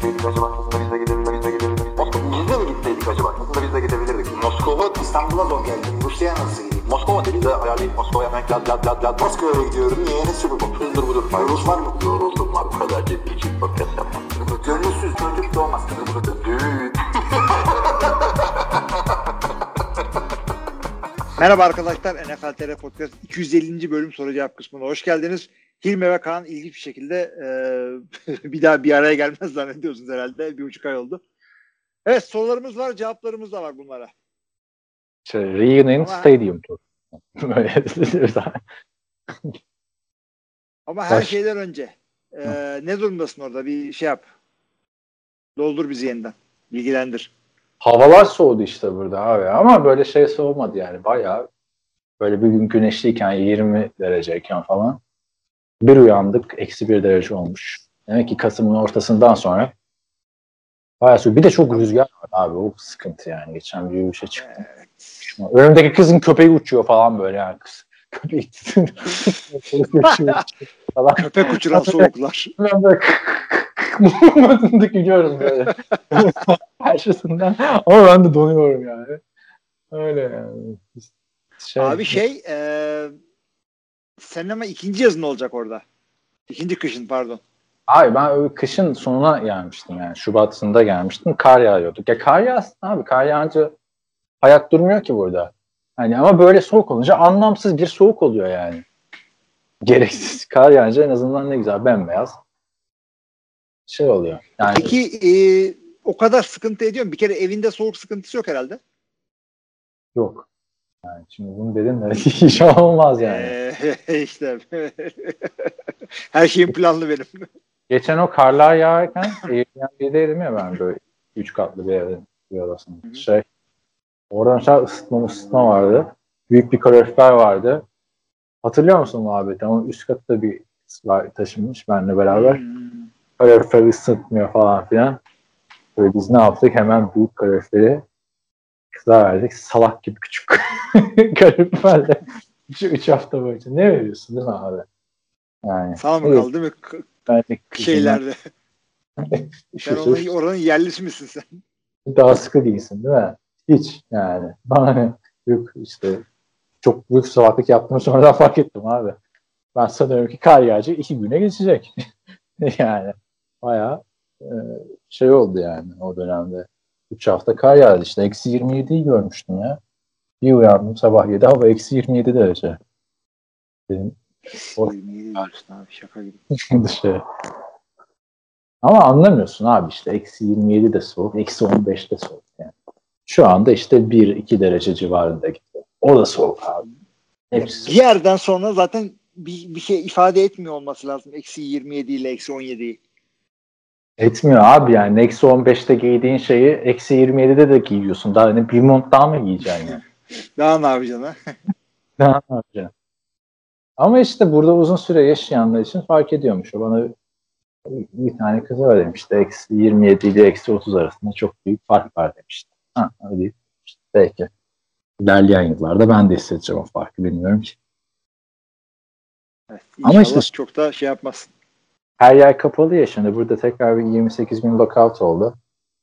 acaba? Aslında biz de gidebilirdik. Biz de mi gitseydik acaba? Aslında biz de gidebilirdik. Moskova, İstanbul'a zor geldim. Rusya'ya nasıl gideyim? Moskova dedi de ayarlayıp Moskova'ya hemen lad. Moskova'ya gidiyorum. Niye? Ne sürü bu? Hızdır budur. Rus var mı? Yoruldum var bu kadar ciddi podcast yapmam. Gönülsüz çocuk doğmaz. Düğün. Merhaba arkadaşlar, NFL TR Podcast 250. bölüm soru cevap kısmına hoş geldiniz. Hilmi ve Kaan ilginç bir şekilde bir daha bir araya gelmez zannediyorsunuz herhalde. 1,5 ay oldu. Evet, sorularımız var, cevaplarımız da var bunlara. Reunion Stadium Tour. Ama her şeyden önce ne durumdasın orada? Bir şey yap. Doldur bizi yeniden. Bilgilendir. Havalar soğudu işte burada abi ama böyle şey soğumadı yani bayağı böyle bir gün güneşliyken 20 dereceyken falan bir uyandık -1 derece olmuş. Demek ki Kasım'ın ortasından sonra bayağı soğuk. Bir de çok rüzgar var abi, o sıkıntı yani. Geçen bir yürüyüşe çıktım. Evet. Önümdeki kızın köpeği uçuyor falan böyle yani. Kız köpeği falan. Köpek uçuran soğuklar. Ben böyle modunda gülüyorum böyle. Karşısından. Ama ben de donuyorum yani. Öyle yani. Abi senin ama ikinci yazın olacak orada. İkinci kışın pardon. Abi ben öyle kışın sonuna gelmiştim yani. Şubat'ında gelmiştim. Kar yağıyordu. Ya kar yağsın abi. Kar yağınca hayat durmuyor ki burada. Hani ama böyle soğuk olunca anlamsız bir soğuk oluyor yani. Gereksiz. Kar yağınca en azından ne güzel bembeyaz şey oluyor. Yani, peki o kadar sıkıntı ediyor mu? Bir kere evinde soğuk sıkıntısı yok herhalde. Yok. Yani şimdi bunu dedin de hiç olmaz yani. İşte her şeyim planlı benim. Geçen o karlar yağarken Airbnb'deydim ya ben böyle 3 katlı bir evin bir odasında. Oradan aşağı ısıtma vardı. Büyük bir kalorifer vardı. Hatırlıyor musun muhabbeti? Ama üst katta bir taşınmış benimle beraber. Kalorifer ısıtmıyor falan filan. Böyle biz ne yaptık? Hemen büyük kaloriferi kıza verdik. Salak gibi küçük kaloriferle 3 hafta boyunca. Ne veriyorsun değil mi abi? Yani, sağ mı kaldı değil mi? Şeylerde. Sen oranın yerlisi misin sen? Daha sıkı değilsin değil mi? Hiç yani. Bana yok işte çok büyük salaklık yaptığımı sonradan fark ettim abi. Ben sanıyorum ki kar yağacak 2 güne geçecek. Yani bayağı şey oldu yani o dönemde. 3 hafta kar yağdı işte. -27'yi görmüştüm ya. Bir uyandım sabah 7 hava -27 derece. Benim 27 abi şaka gibi. Şey. Ama anlamıyorsun abi işte -27 de soğuk, -15 de soğuk yani. Şu anda işte 1-2 derece civarında gidiyor. O da soğuk abi. Hepsi bir yerden sonra zaten bir şey ifade etmiyor olması lazım. -27 ile -17'yi. Etmiyor abi yani. -15'te giydiğin şeyi -27'de de giyiyorsun. Daha hani bir mont daha mı giyeceksin yani? Daha ne yapacaksın ha? Daha ne yapacaksın? Ama işte burada uzun süre yaşayanlar için fark ediyormuş. O bana bir tane kız var demişti. -27 ile -30 arasında çok büyük fark var demişti. Ha, öyle değil. İşte belki ilerleyen yıllarda ben de hissedeceğim o farkı, bilmiyorum ki. Evet, ama işte çok da şey yapmaz. Her yer kapalı ya şimdi. Burada tekrar bir 28.000 lockout oldu.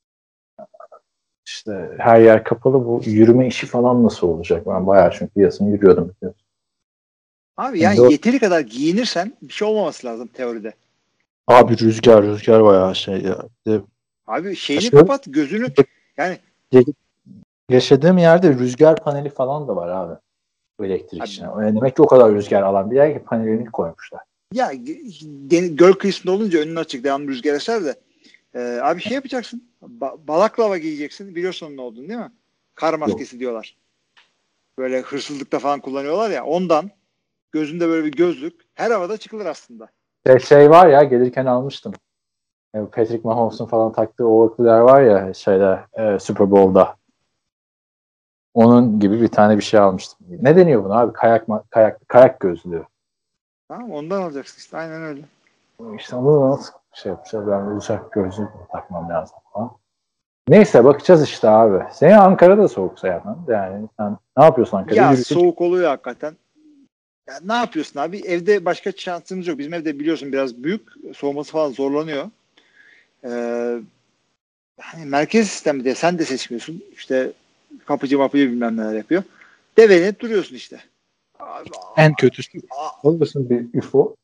İşte her yer kapalı. Bu yürüme işi falan nasıl olacak? Ben bayağı çünkü yazın yürüyordum. Abi yani yeteri kadar giyinirsen bir şey olmaması lazım teoride. Abi rüzgar bayağı şey ya. Abi şeyini kapat, gözünü yani. Yaşadığım yerde rüzgar paneli falan da var abi. Elektrik için. Yani demek ki o kadar rüzgar alan bir yer ki panelini koymuşlar. Ya göl kıyısında olunca önün açık, devamlı rüzgar eser de. Abi şey yapacaksın. Balaklava giyeceksin. Biliyorsun onun ne olduğunu değil mi? Kar maskesi diyorlar. Böyle hırsızlıkta falan kullanıyorlar ya. Ondan gözünde böyle bir gözlük. Her havada çıkılır aslında. Şey var ya, gelirken almıştım. Patrick Mahomes'un falan taktığı o örtüler var ya Super Bowl'da. Onun gibi bir tane bir şey almıştım. Ne deniyor buna abi? Kayak gözlüğü. Tamam, ondan alacaksın işte. Aynen öyle. İşte onu nasıl şey yapacağız? Ben uçak gözlüğü takmam lazım falan. Neyse bakacağız işte abi. Senin Ankara'da soğuk zaten. Yani sen ne yapıyorsun Ankara'da? Ya soğuk oluyor hakikaten. Ya ne yapıyorsun abi? Evde başka şansımız yok. Bizim evde biliyorsun biraz büyük. Soğuması falan zorlanıyor. Hani merkez sistemi de sen de seçmiyorsun. İşte kapıcı mapıcı bilmem neler yapıyor. Develenip duruyorsun işte. En kötüsü olursun bir UFO.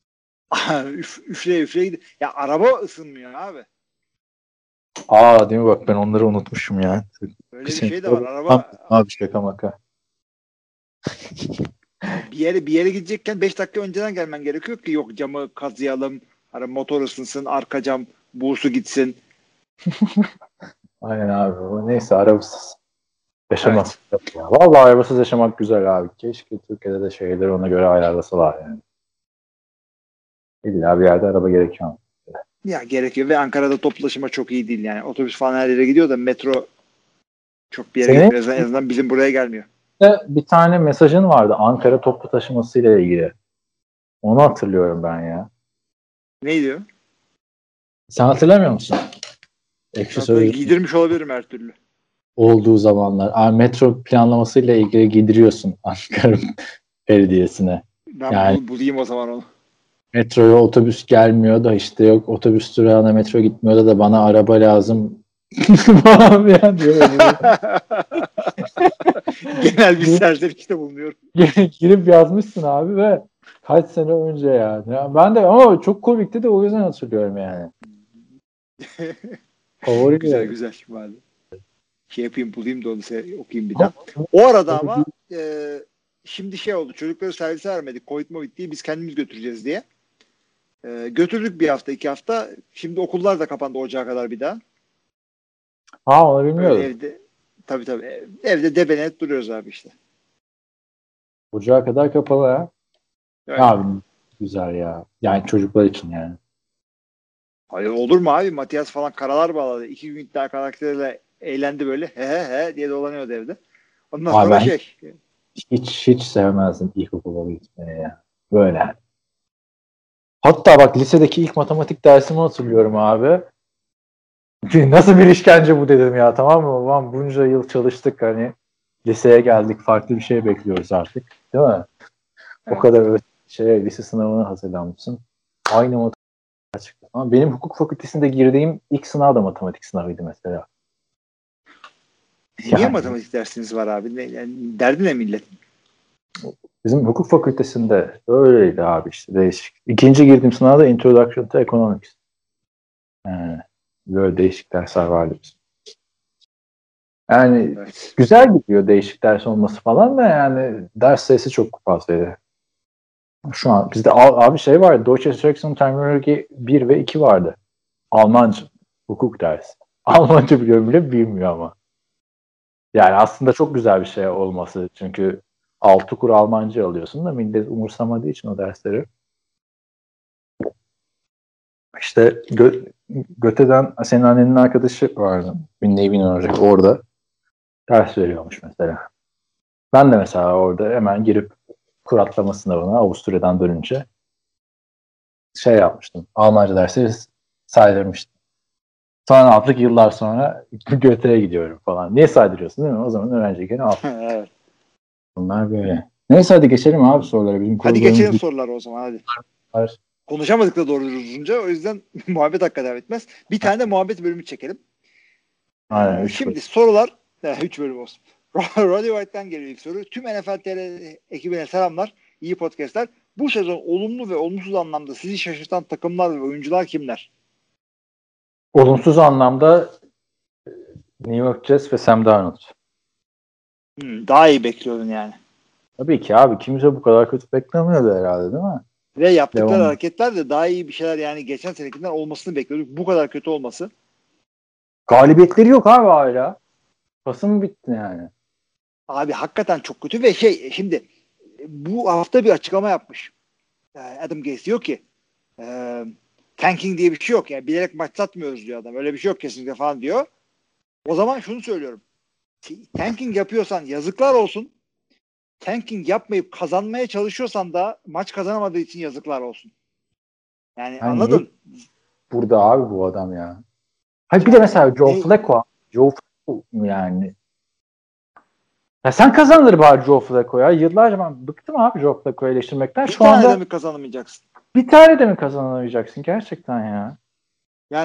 Üfleye gidiyor. Ya araba ısınmıyor abi. Değil mi, bak ben onları unutmuşum ya. Böyle bir şey de var. Araba Abi şaka maka. bir yere gidecekken 5 dakika önceden gelmen gerekiyor ki yok camı kazıyalım, motor ısınsın, arka cam buğusu gitsin. Aynen abi. O neyse, arabasız yaşamak. Evet. Ya. Vallahi arabasız yaşamak güzel abi. Keşke Türkiye'de de şeyleri ona göre ayarlasalar yani. İlla bir yerde araba gerekiyor. Ya gerekiyor ve Ankara'da toplu taşıma çok iyi değil yani. Otobüs falan her yere gidiyor da metro çok bir yere gitmiyor. En azından bizim buraya gelmiyor. Bir tane mesajın vardı Ankara toplu taşıması ile ilgili. Onu hatırlıyorum ben ya. Ne diyor? Sen hatırlamıyor musun? Ekşi Sözlük giydirmiş olabilirim her türlü. olduğu zamanlar. Metro planlamasıyla ilgili giydiriyorsun Ankara Belediyesi'ne. Ben yani, bulayım o zaman onu. Metroya otobüs gelmiyor da işte yok otobüs durağına metro gitmiyor da bana araba lazım falan yani diyor. Genel bir serzenişte bulunuyorum. Girip yazmışsın abi ve kaç sene önce yani. Ben de ama çok komikti de o yüzden hatırlıyorum yani. Favori güzel. Madem. Şey yapayım bulayım da onu okuyayım bir daha. O arada ama şimdi şey oldu. Çocukları servise vermedik. Covid diye biz kendimiz götüreceğiz diye. Götürdük bir hafta 2 hafta. Şimdi okullar da kapandı ocağa kadar bir daha. Onu bilmiyordum. Evde, tabii. Evde debelenip duruyoruz abi işte. Ocağa kadar kapalı ya. Öyle. Abi güzel ya. Yani çocuklar için yani. Hayır olur mu abi? Matias falan karalar bağladı. 2 gün daha karakterle eğlendi böyle. He diye dolanıyordu evde. Ondan Abi sonra hiç sevmezdim ilkokula gitmeyi ya. Böyle. Hatta bak lisedeki ilk matematik dersimi hatırlıyorum abi. Nasıl bir işkence bu dedim ya, tamam mı? Ulan bunca yıl çalıştık hani liseye geldik, farklı bir şey bekliyoruz artık. Değil mi? Evet. O kadar lise sınavına hazırlanmışsın. Aynı matematik çıktı. Ama benim hukuk fakültesinde girdiğim ilk sınav da matematik sınavıydı mesela. Niye matematik dersiniz var abi? Derdi ne millet? Bizim hukuk fakültesinde öyleydi abi işte, değişik. İkinci girdiğim sınavda Introduction to Economics. Böyle değişik dersler vardı bizim. Yani evet. Güzel gidiyor değişik ders olması falan da yani ders sayısı çok fazlaydı. Şu an bizde abi şey vardı. Deutsche Sections Terminology 1 ve 2 vardı. Almanca hukuk dersi. Almanca biliyorum bile bilmiyor ama. Yani aslında çok güzel bir şey olması. Çünkü 6 kur Almanca alıyorsun da millet umursamadığı için o dersleri. İşte Göte'den senin annenin arkadaşı vardı. Bin olacak orada. Ders veriyormuş mesela. Ben de mesela orada hemen girip kur atlama sınavına Avusturya'dan dönünce şey yapmıştım. Almanca dersi saydırmıştım. Sonra artık yıllar sonra Göte'ye gidiyorum falan. Niye saydırıyorsun değil mi? O zaman öğrenciyken al. Evet. Bunlar böyle. Neyse hadi geçelim abi sorulara. Hadi geçelim sorulara o zaman hadi. Hayır. Konuşamadık da doğru uzunca. O yüzden muhabbet hakikaten devam etmez. Bir tane de muhabbet bölümü çekelim. Aynen, şimdi sorular 3 bölüm olsun. Roddy White'dan geliyor ilk soru. Tüm NFL TR ekibine selamlar. İyi podcastler. Bu sezon olumlu ve olumsuz anlamda sizi şaşırtan takımlar ve oyuncular kimler? Olumsuz anlamda New York Jets ve Sam Darnold. Daha iyi bekliyordun yani. Tabii ki abi. Kimse bu kadar kötü beklemiyordu herhalde değil mi? Ve yaptıkları hareketler de daha iyi bir şeyler yani geçen senekinden olmasını bekliyorduk. Bu kadar kötü olması. Galibiyetleri yok abi hala. Pası mı bitti yani? Abi hakikaten çok kötü ve şimdi bu hafta bir açıklama yapmış. Adam Gase diyor ki tanking diye bir şey yok. Yani bilerek maç satmıyoruz diyor adam. Öyle bir şey yok kesinlikle falan diyor. O zaman şunu söylüyorum. Tanking yapıyorsan yazıklar olsun. Tanking yapmayıp kazanmaya çalışıyorsan da maç kazanamadığı için yazıklar olsun. Yani anladın? Burada abi bu adam ya. Hayır bir de mesela Joe Flacco yani. Ya sen kazanır bari Joe Flacco ya. Yıllarca ben bıktım abi Joe Flacco'yu eleştirmekten. Bir tane de mi kazanamayacaksın? Bir tane de mi kazanamayacaksın gerçekten ya? Yani o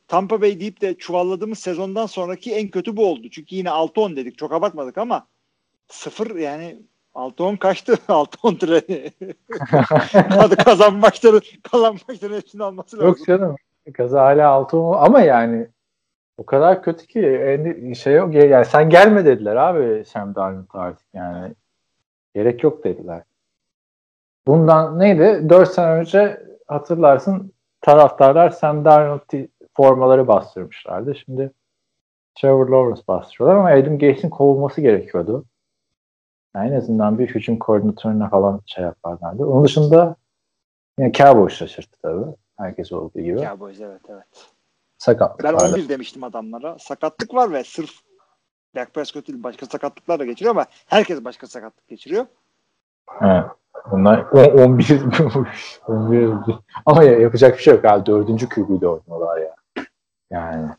Tampa Bay deyip de çuvalladığımız sezondan sonraki en kötü bu oldu. Çünkü yine 6-10 dedik. Çok abartmadık ama 0 yani 6-10 kaçtı. 6-10 treni. Kalan maçların hepsini alması lazım. Yok canım. Kaza hala 6 ama yani o kadar kötü ki şey yok yani sen gelme dediler abi Sam Darnold'a artık yani. Gerek yok dediler. Bundan neydi? 4 sene önce hatırlarsın taraftarlar Sam Darnold formaları bastırmışlardı. Şimdi Trevor Lawrence bastırıyorlar ama Adam Gates'in kovulması gerekiyordu. Yani en azından bir hücum koordinatörüne falan şey yaparlardı. Onun dışında yine Cowboys şaşırttı tabii. Herkes olduğu gibi. Cowboys evet. Sakatlık Ben vardı. 11 demiştim adamlara. Sakatlık var ve sırf Dak Prescott değil başka sakatlıklar da geçiriyor ama herkes başka sakatlık geçiriyor. Evet. Bunlar 11 11 ama yapacak bir şey yok abi. 4. QB'de oynuyorlar ya. Yani.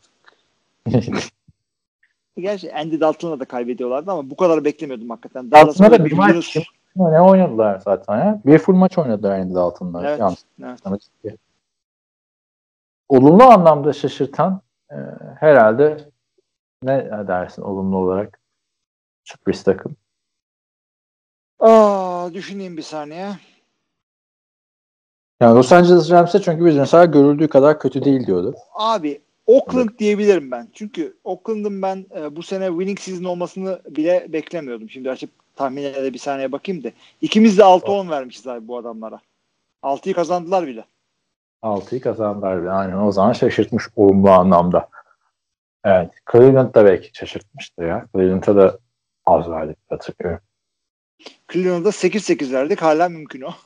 Gerçi Andy Dalton'la da kaybediyorlardı ama bu kadar beklemiyordum hakikaten. Dalton'la da bir maç ne oynadılar zaten ya. Bir full maç oynadılar Andy Dalton'la. Evet. Evet. Olumlu anlamda şaşırtan herhalde ne dersin olumlu olarak sürpriz takım? Düşüneyim bir saniye. Yani Los Angeles Rams'e çünkü biz mesela görüldüğü kadar kötü değil diyordu. Abi Oakland diyebilirim ben. Çünkü Oakland'ın ben bu sene winning season olmasını bile beklemiyordum. Şimdi açıp tahminlere bir saniye bakayım da. İkimiz de 6-10 vermişiz abi bu adamlara. 6'yı kazandılar bile. 6'yı kazandılar bile. Aynen o zaman şaşırtmış olumlu anlamda. Evet. Cleveland da belki şaşırtmıştı ya. Cleveland'a da az verdik hatırlıyorum. Cleveland'da 8-8 verdik. Hala mümkün o.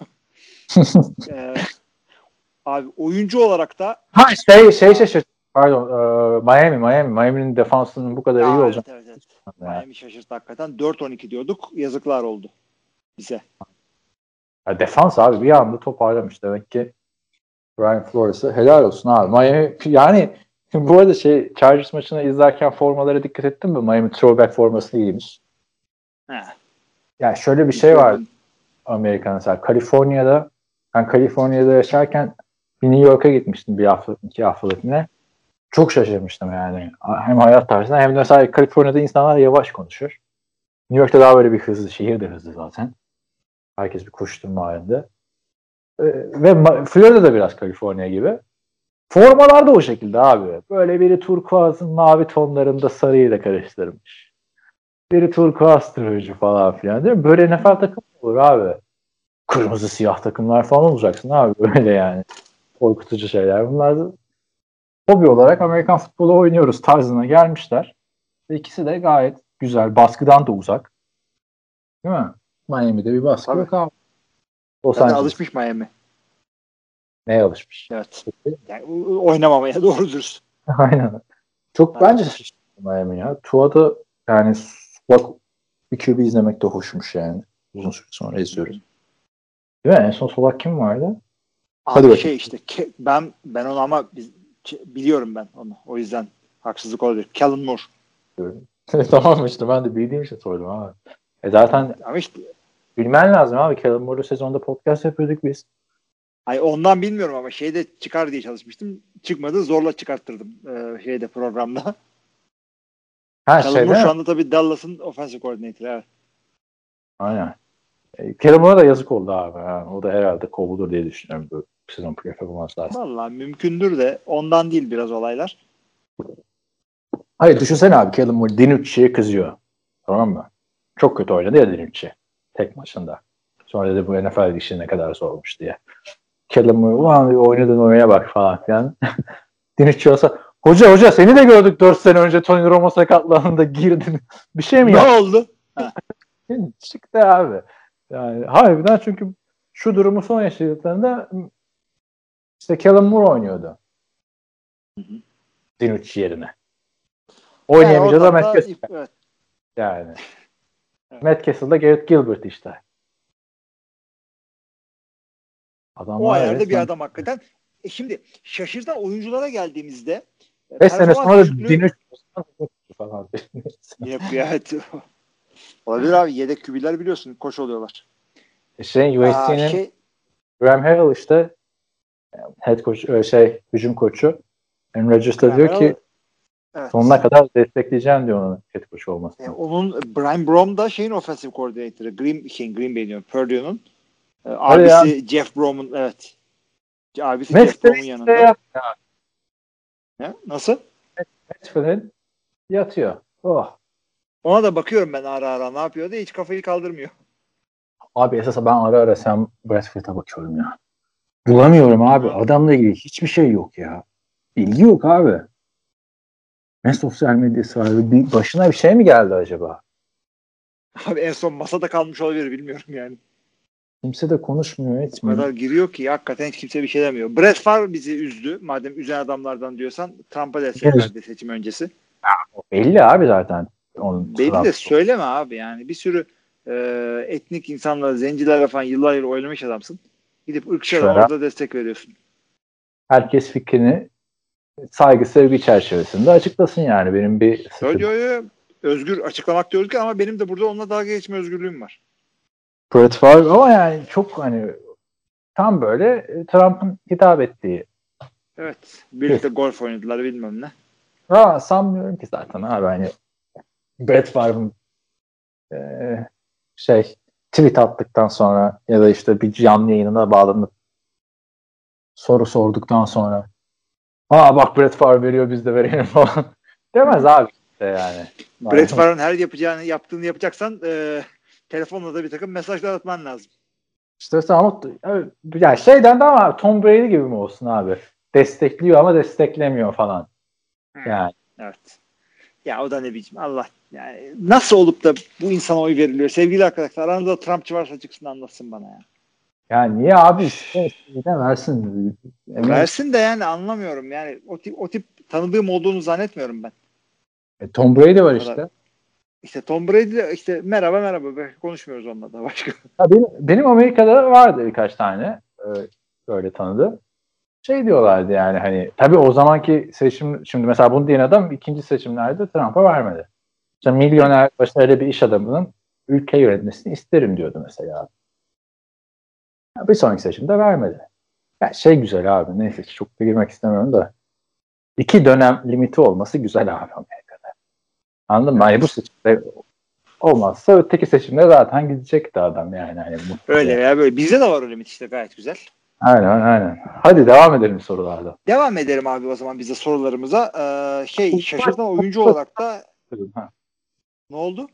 Abi oyuncu olarak da şaşırttı. Pardon. Miami'nin defansının bu kadar iyi olacak. Evet. Miami şaşırttı hakikaten. 4-12 diyorduk. Yazıklar oldu bize. Ya defans abi bir anda toparlamış. Demek ki Brian Flores'e helal olsun abi. Miami yani bu arada Chargers maçını izlerken formalara dikkat ettin mi? Miami throwback formasını giymiş. Yani şöyle bir şey var Amerika'da mesela. Ben Kaliforniya'da yaşarken bir New York'a gitmiştim bir hafta, 2 haftalığına. Çok şaşırmıştım yani. Hem hayat tarzına hem de mesela Kaliforniya'da insanlar yavaş konuşur. New York'ta daha böyle bir hızlı. Şehir de hızlı zaten. Herkes bir koşturma halinde. Ve Florida'da biraz Kaliforniya gibi. Formalar da o şekilde abi. Böyle biri turkuazın mavi tonlarında sarıyla karıştırmış. Biri turkuaz turuncu falan filan değil mi? Böyle NFL takım olur abi. Kırmızı siyah takımlar falan olacaksın abi. Böyle yani. Korkutucu şeyler. Bunlar da hobi olarak Amerikan futbolu oynuyoruz tarzına gelmişler. Ve ikisi de gayet güzel. Baskıdan da uzak. Değil mi? Miami'de bir baskı yok abi. Alışmış Miami. Neye alışmış? Evet. Yani oynamamaya doğru dürüst. Aynen. Çok bence şaşırttı Miami ya. Tua'da yani bak bir QB izlemek de hoşmuş yani. Uzun süre sonra izliyoruz. Değil mi? En son solak kim vardı? Hadi bakayım. İşte ben onu ama biliyorum ben onu. O yüzden haksızlık olabilir. Kellen Moore. Tamam işte ben de bildiğim şey sordum abi. Zaten ama işte bilmen lazım abi. Kellen Moore'lu sezonda podcast yapıyorduk biz. Ondan bilmiyorum ama şeyde çıkar diye çalışmıştım. Çıkmadı. Zorla çıkarttırdım programda. Kellen Moore şu anda tabii Dallas'ın offensive coordinator'ı. Evet. Aynen. Kellen Moore'a da yazık oldu abi. Yani o da herhalde kovulur diye düşünüyorum bu sezon performanslar. Vallahi mümkündür de ondan değil biraz olaylar. Hayır düşünsene abi Kellen Moore Dinucci'ye kızıyor. Tamam mı? Çok kötü oynadı ya Dinucci. Tek maçında. Sonra dedi bu NFL işi ne kadar zormuş diye. Kellen Moore ulan oynadığın oyuna bak falan filan. Dinucci olsa hoca seni de gördük 4 sene önce Tony Romo sakatlandığında girdin. Bir şey mi yaptın? Ne oldu? Çıktı abi. Yani harbiden çünkü şu durumu son yaşadıklarında işte Kellen Moore oynuyordu. Dinucci yerine. Oynayamayacağız ama Matt Cassel. Evet. Yani. Evet. Matt Cassel'da Garrett Gilbert işte. O ayarda bir adam hakikaten. Şimdi şaşırtan oyunculara geldiğimizde 5 sene sonra Dinucci falan. Evet. Olabilir abi. Yedek QB'ler biliyorsun. Koç oluyorlar. USC'nin Graham Harrell işte head coach hücum koçu. Aaron Rodgers da diyor ki evet. sonuna kadar destekleyeceğim diyor onun head coach olmasını. Onun Brian Brohm da şeyin offensive coordinator'ı. Green Bay diyorum. Purdue'nun. Abisi Jeff Brom'un evet. Abisi Jeff Brom'un yanında. Ne? Nasıl? Matchfield'in yatıyor. Oh. Ona da bakıyorum ben ara ne yapıyor diye hiç kafayı kaldırmıyor. Abi esas ben ara Sam Bradford'a bakıyorum ya. Bulamıyorum abi. Adamla ilgili hiçbir şey yok ya. Bilgi yok abi. Ne sosyal medyası var? Başına bir şey mi geldi acaba? Abi en son masada kalmış olabilir bilmiyorum yani. Kimse de konuşmuyor, etmiyor. O kadar giriyor ki hakikaten hiç kimse bir şey demiyor. Brett Favre bizi üzdü. Madem üzen adamlardan diyorsan Trump'a destek verdi seçim öncesi. Belli abi zaten. Belli de söyleme abi yani. Bir sürü etnik insanlara, zencilerle falan yıllar yıl oynamış adamsın. Gidip ırkçı orada destek veriyorsun. Herkes fikrini saygı, sevgi çerçevesinde açıklasın yani. Benim bir Söylüyor. Özgür açıklamak diyoruz ki ama benim de burada onunla dalga geçme özgürlüğüm var. Brett Favre ama yani çok hani tam böyle Trump'ın hitap ettiği. Evet. Birlikte golf oynadılar bilmem ne. Sanmıyorum ki zaten abi hani Brett Favre'ın tweet attıktan sonra ya da işte bir canlı yayınına bağlanıp soru sorduktan sonra bak Brett Favre veriyor biz de verelim falan demez abi işte yani. Brett Favre'ın her yaptığını yapacaksan telefonla da bir takım mesajlar atman lazım. İşte ama yani şeyden de ama Tom Brady gibi mi olsun abi? Destekliyor ama desteklemiyor falan. Yani. Evet. Ya o da ne biçim Allah. Yani nasıl olup da bu insana oy veriliyor? Sevgili arkadaşlar aranızda Trumpçı varsa çıksın anlatsın bana ya. Yani niye abi işte versin. Versin de yani anlamıyorum. Yani o tip tanıdığım olduğunu zannetmiyorum ben. Tom Brady var işte. İşte Tom Brady işte merhaba konuşmuyoruz onunla da başka. Ya benim Amerika'da vardı birkaç tane böyle tanıdığım. Şey diyorlardı yani hani tabii o zamanki seçim şimdi mesela bunu diyen adam ikinci seçimlerde Trump'a vermedi. İşte milyoner başarılı bir iş adamının ülke yönetmesini isterim diyordu mesela. Bir sonraki seçimde vermedi. Yani güzel abi neyse çok da girmek istemiyorum da 2 dönem limiti olması güzel abi Amerika'da. Anladın mı? Yani bu seçimde olmazsa öteki seçimde zaten gidecekti adam yani. Hani öyle ya böyle. Bizde de var o limit işte gayet güzel. Aynen. Hadi devam edelim sorularda. Devam edelim abi o zaman bize sorularımıza. Şaşırtan oyuncu olarak da ne oldu?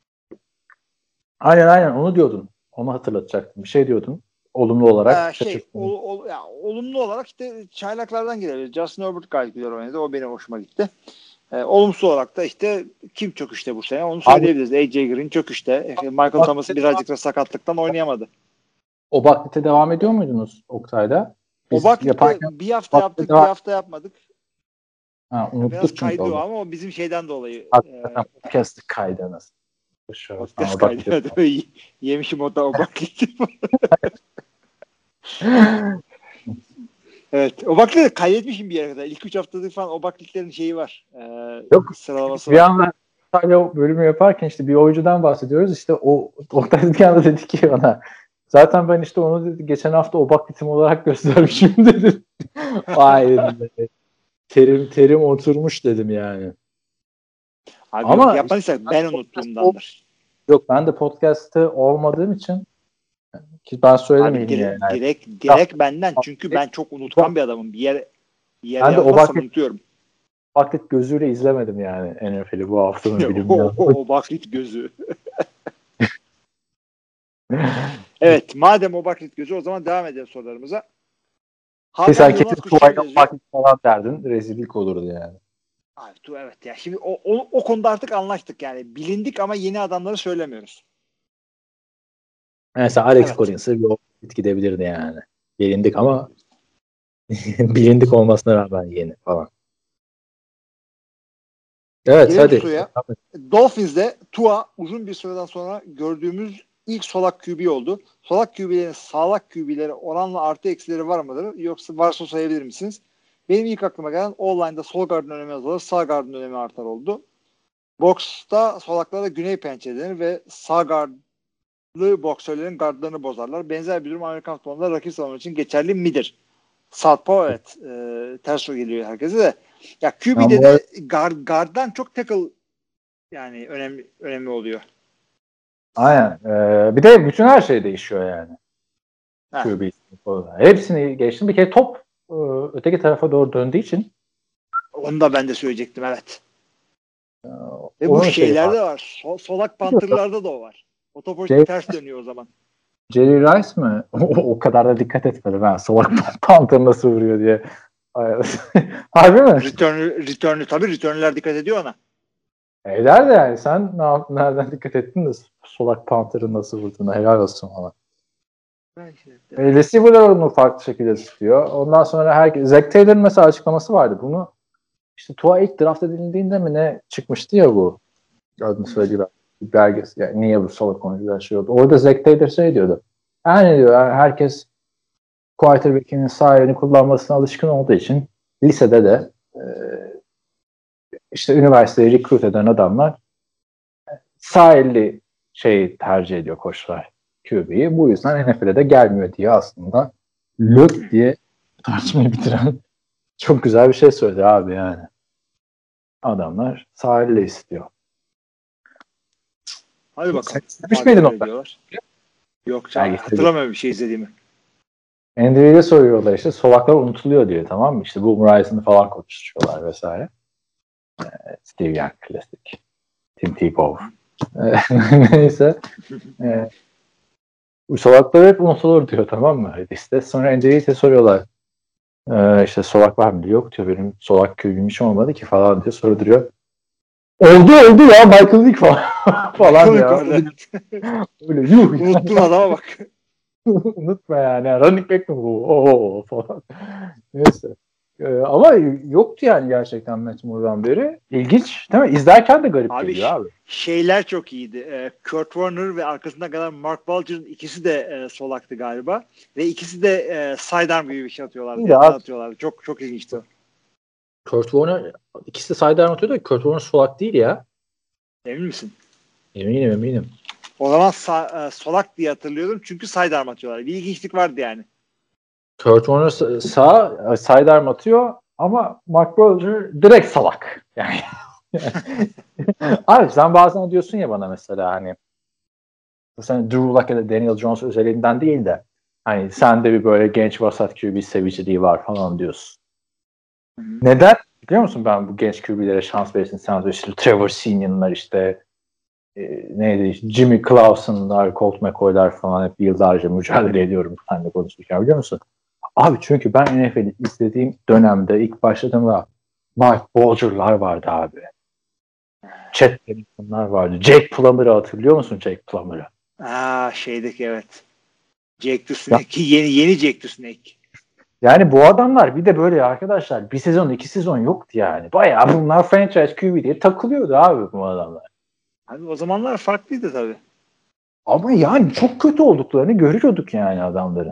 Aynen onu diyordun. Onu hatırlatacaktım. Bir şey diyordun. Olumlu olarak. Olumlu olarak işte çaylaklardan girebiliriz. Justin Herbert gayet güzel oynadı. O benim hoşuma gitti. Olumsuz olarak da işte kim çöküşte bu sene onu söyleyebiliriz. AJ Green çöküşte. Michael Thomas birazcık da sakatlıktan oynayamadı. Obaklit'e devam ediyor muydunuz Oktay'da? Obaklit'te bir hafta yaptık, bir hafta yapmadık. Unuttuk biraz kaydı o ama o bizim şeyden dolayı. Podcast kaydınız. Podcast kaydı. Yemişim o da Obaklit. Evet. Obaklit'i kaydetmişim bir yere kadar. İlk 3 haftadır falan Obaklit'lerin şeyi var. Yok. Sıralaması bir var. anda sadece bölümü yaparken işte bir oyuncudan bahsediyoruz. İşte o Oktay bir anda dedi ki bana zaten ben işte onu dedi geçen hafta Obaklit'im olarak göstermişim dedim. Vay dedim. Terim oturmuş dedim yani. Abi ama yapmadıysak ben unuttuğumdandır. Yok ben de podcast'te olmadığım için ki ben söyledim abi, direkt benden çünkü ben çok unutkan bir adamım. Bir yere ben de unutuyorum. Baklit gözüyle izlemedim yani NFL'i bu haftanın bilimini. O Baklit gözü. Evet madem o Baklit gözü o zaman devam edelim sorularımıza. Sen kesin Tuğay'dan Baklit falan derdin. Rezillik olurdu yani. Abi evet ya şimdi o konuda artık anlaştık yani. Bilindik ama yeni adamları söylemiyoruz. Mesela Alex Collins'ı bir Baklit gidebilirdi yani. Bilindik ama bilindik olmasına rağmen yeni falan. Evet hadi. Dolphins'de Tua uzun bir süreden sonra gördüğümüz ilk solak QB oldu. Solak QB'lerin sağlak QB'lere oranla artı eksileri var mıdır? Yoksa varsa sayabilir misiniz? Benim ilk aklıma gelen O-line'da sol guardın önemi azalır, sağ guardın önemi artar oldu. Box'ta solaklara güney pençe denir ve sağ guardlı boksörlerin guardlarını bozarlar. Benzer bir durum Amerikan futbolunda rakip savunma için geçerli midir? Southpaw evet. Ters o geliyor herkese de. Ya QB'de Ya bu de guard'dan çok tackle yani önemli oluyor. Aynen. Bir de bütün her şey değişiyor yani. Ha. QB hepsini geçtim. Bir kere top öteki tarafa doğru döndüğü için Onu da ben de söyleyecektim, evet. Ve bu onun şeyi şeylerde var. Solak Panther'larda da o var. O top Şey- ters dönüyor o zaman. Jerry Rice mi? O kadar da dikkat etmedim ben. Solak Panther nasıl vuruyor diye. Harbi mi? Return'ü tabii return'ler dikkat ediyor ona. Eder de yani. Sen nereden dikkat ettin de Solak Panther'ın nasıl vurduğuna helal olsun ona. Receiver'lar onu farklı şekilde tutuyor. Ondan sonra Zach Taylor'ın mesela açıklaması vardı. Bunu işte Tua ilk draft edildiğinde mi ne çıkmıştı ya bu. Adını söyleyeyim bir belgesi. Yani niye bu solak oyuncular şey oldu. Orada Zach Taylor şey diyordu. Yani diyor herkes quarterback'inin sağ elini kullanmasına alışkın olduğu için lisede de işte üniversiteye recruit eden adamlar sağ elli şey tercih ediyor koçlar. QB'yi. Bu yüzden NFL'e de gelmiyor diye aslında lök diye tartışmayı bitiren çok güzel bir şey söyledi abi yani. Adamlar sağ elle istiyor. Hadi bakalım. Sen izlemiş miydin onu? Yok canım. Hatırlamıyorum bir şey izlediğimi. NDA'de soruyorlar işte solaklar unutuluyor diyor, tamam mı? İşte bu Horizon'ı falan konuşuyorlar vesaire. Steve Young klasik. Tim Tebow. Neyse. Bu solaklar hep unutulur diyor, tamam mı? İşte sonra NDA'de soruyorlar. İşte solak var mı diyor. Yok diyor, benim solak köyüm hiç olmadı ki falan diye soruyor. Oldu ya Michael Vick falan ya. Öyle yuh. Unuttum adama bak. Unutma yani. Running back mi bu? Falan. Neyse. Ama yoktu yani gerçekten Matt Moore'dan beri. İlginç değil mi? İzlerken de garip geliyor abi. Şeyler çok iyiydi. Kurt Warner ve arkasında kalan Mark Bulger'ın ikisi de solaktı galiba. Ve ikisi de sidearm gibi bir şey atıyorlardı. Çok ilginçti o. Kurt Warner ikisi de sidearm atıyordu da Kurt Warner solak değil ya. Emin misin? Eminim. O zaman solak diye hatırlıyordum çünkü sidearm atıyorlar. Bir ilginçlik vardı yani. Kurt Warner sağ sidearm atıyor ama Mark Bulger direkt salak. Yani. Abi sen bazen diyorsun ya bana mesela hani bu sene Drew Luck ya da Daniel Jones özelinden değil de hani sende bir böyle genç vasat QB seviciliği var falan diyorsun. Hı-hı. Neden? Biliyor musun ben bu genç QB'lere şans verirsin. Sen de işte Trevor Siemian'lar işte neydi? Jimmy Clausen'lar, Colt McCoy'lar falan hep yıllarca mücadele ediyorum seninle konuşurken, biliyor musun? Abi çünkü ben NFL'i izlediğim dönemde ilk başladığımda Mike Bulger'lar vardı abi. Chet Hamilton'lar vardı. Jake Plummer'ı hatırlıyor musun, Jake Plummer'ı? Şeydeki evet. Jake the Snake. Yeni Jake the Snake. Yani bu adamlar bir de böyle arkadaşlar bir sezon 2 sezon yoktu yani. Bayağı bunlar franchise QB diye takılıyordu abi bu adamlar. Abi o zamanlar farklıydı tabii. Ama yani çok kötü olduklarını görüyorduk yani adamların.